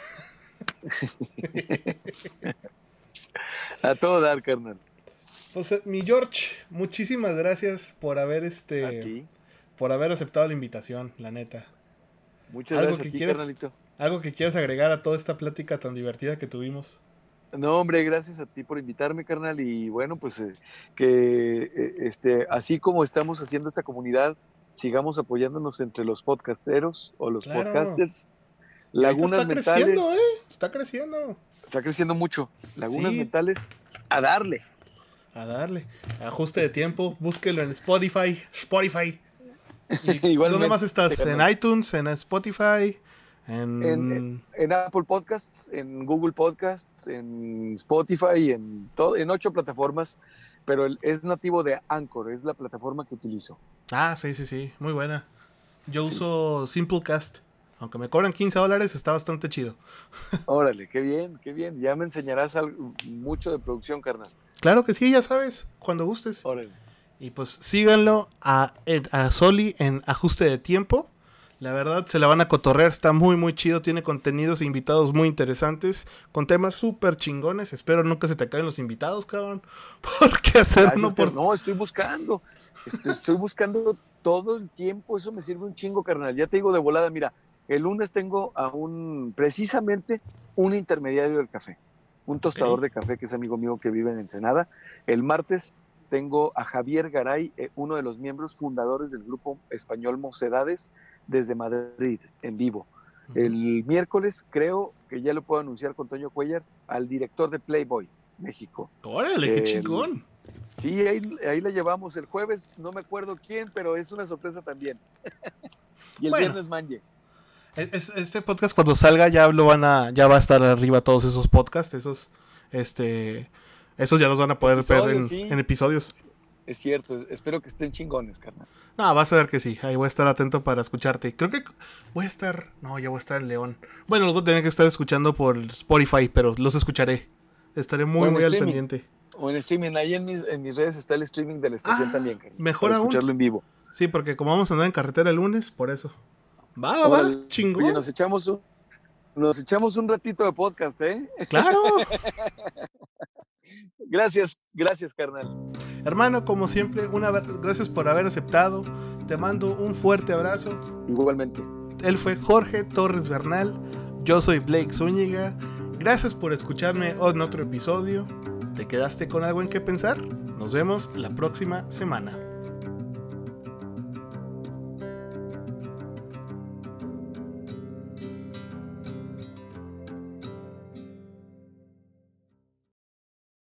Speaker 2: A todo dar, carnal.
Speaker 1: Pues eh, mi George, muchísimas gracias por haber
Speaker 2: A
Speaker 1: este
Speaker 2: ti.
Speaker 1: por haber aceptado la invitación, la neta.
Speaker 2: Muchas
Speaker 1: Algo
Speaker 2: gracias
Speaker 1: que
Speaker 2: a ti,
Speaker 1: quieras
Speaker 2: carnalito.
Speaker 1: algo que quieras agregar a toda esta plática tan divertida que tuvimos.
Speaker 2: No, hombre, gracias a ti por invitarme, carnal. Y bueno, pues eh, que eh, este, así como estamos haciendo esta comunidad, sigamos apoyándonos entre los podcasteros o los
Speaker 1: Claro.
Speaker 2: podcasters.
Speaker 1: Y ahorita
Speaker 2: Lagunas
Speaker 1: está creciendo,
Speaker 2: mentales,
Speaker 1: ¿eh? Está creciendo.
Speaker 2: está creciendo mucho. Lagunas
Speaker 1: Sí,
Speaker 2: mentales, a darle.
Speaker 1: a darle. Ajuste de tiempo, búsquelo en Spotify, Spotify. ¿Y dónde más
Speaker 2: Igualmente,
Speaker 1: estás? ¿En
Speaker 2: carnal.
Speaker 1: iTunes? ¿En Spotify?
Speaker 2: En,
Speaker 1: En...
Speaker 2: en Apple Podcasts, en Google Podcasts, en Spotify, en, todo, en ocho plataformas, pero el- es nativo de Anchor, es la plataforma que utilizo.
Speaker 1: Ah, sí, sí, sí, muy buena. Yo
Speaker 2: Sí.
Speaker 1: uso Simplecast. Aunque me cobran quince dólares, está bastante chido.
Speaker 2: Órale, qué bien, qué bien. Ya me enseñarás algo, mucho de producción, carnal.
Speaker 1: Claro que sí, ya sabes, cuando gustes.
Speaker 2: Órale.
Speaker 1: Y pues síganlo a, a Soli en Ajuste de Tiempo. La verdad se la van a cotorrear, está muy muy chido, tiene contenidos e invitados muy interesantes, con temas súper chingones. Espero nunca se te acaben los invitados, cabrón. Porque hacer
Speaker 2: Gracias,
Speaker 1: uno por...
Speaker 2: carnal. No, estoy buscando. Estoy, estoy buscando todo el tiempo. Eso me sirve un chingo, carnal. Ya te digo de volada, mira, el lunes tengo a un, precisamente, un intermediario del café. Un tostador
Speaker 1: Ok.
Speaker 2: de café que es amigo mío que vive en Ensenada. El martes tengo a Javier Garay, eh, uno de los miembros fundadores del grupo español Mocedades, desde Madrid, en vivo.
Speaker 1: Ujú.
Speaker 2: El miércoles creo que ya lo puedo anunciar con Toño Cuellar, al director de Playboy, México.
Speaker 1: Órale, qué
Speaker 2: El,
Speaker 1: chingón.
Speaker 2: sí, ahí, ahí la llevamos. El jueves no me acuerdo quién, pero es una sorpresa también. Y el
Speaker 1: Bueno,
Speaker 2: viernes Manje.
Speaker 1: es- este podcast cuando salga ya lo van a, ya va a estar arriba todos esos podcasts, esos, este, esos ya los van a poder ver
Speaker 2: Episodios,
Speaker 1: en,
Speaker 2: sí.
Speaker 1: en episodios.
Speaker 2: Es cierto, espero que estén chingones, carnal.
Speaker 1: No, vas a ver que sí, ahí voy a estar atento para escucharte. Creo que voy a estar, no, ya voy a estar en León. Bueno, los voy a tener que estar escuchando por Spotify, pero los escucharé. Estaré muy,
Speaker 2: O en
Speaker 1: muy al
Speaker 2: streaming.
Speaker 1: pendiente.
Speaker 2: O en streaming, ahí en mis, en mis redes está el streaming de la estación
Speaker 1: Ah,
Speaker 2: también, carnal.
Speaker 1: mejor
Speaker 2: Para
Speaker 1: aún.
Speaker 2: escucharlo en vivo.
Speaker 1: Sí, porque como vamos a andar en carretera el lunes, por eso. Va, va, va,
Speaker 2: Órale. Oye,
Speaker 1: chingón.
Speaker 2: nos echamos un, nos echamos un ratito de podcast, ¿eh?
Speaker 1: Claro.
Speaker 2: Gracias, gracias, carnal.
Speaker 1: Hermano, como siempre, una vez, gracias por haber aceptado. Te mando un fuerte abrazo.
Speaker 2: Igualmente.
Speaker 1: Él fue Jorge Torres Bernal. Yo soy Blake Zúñiga. Gracias por escucharme en otro episodio. ¿Te quedaste con algo en qué pensar? Nos vemos la próxima semana.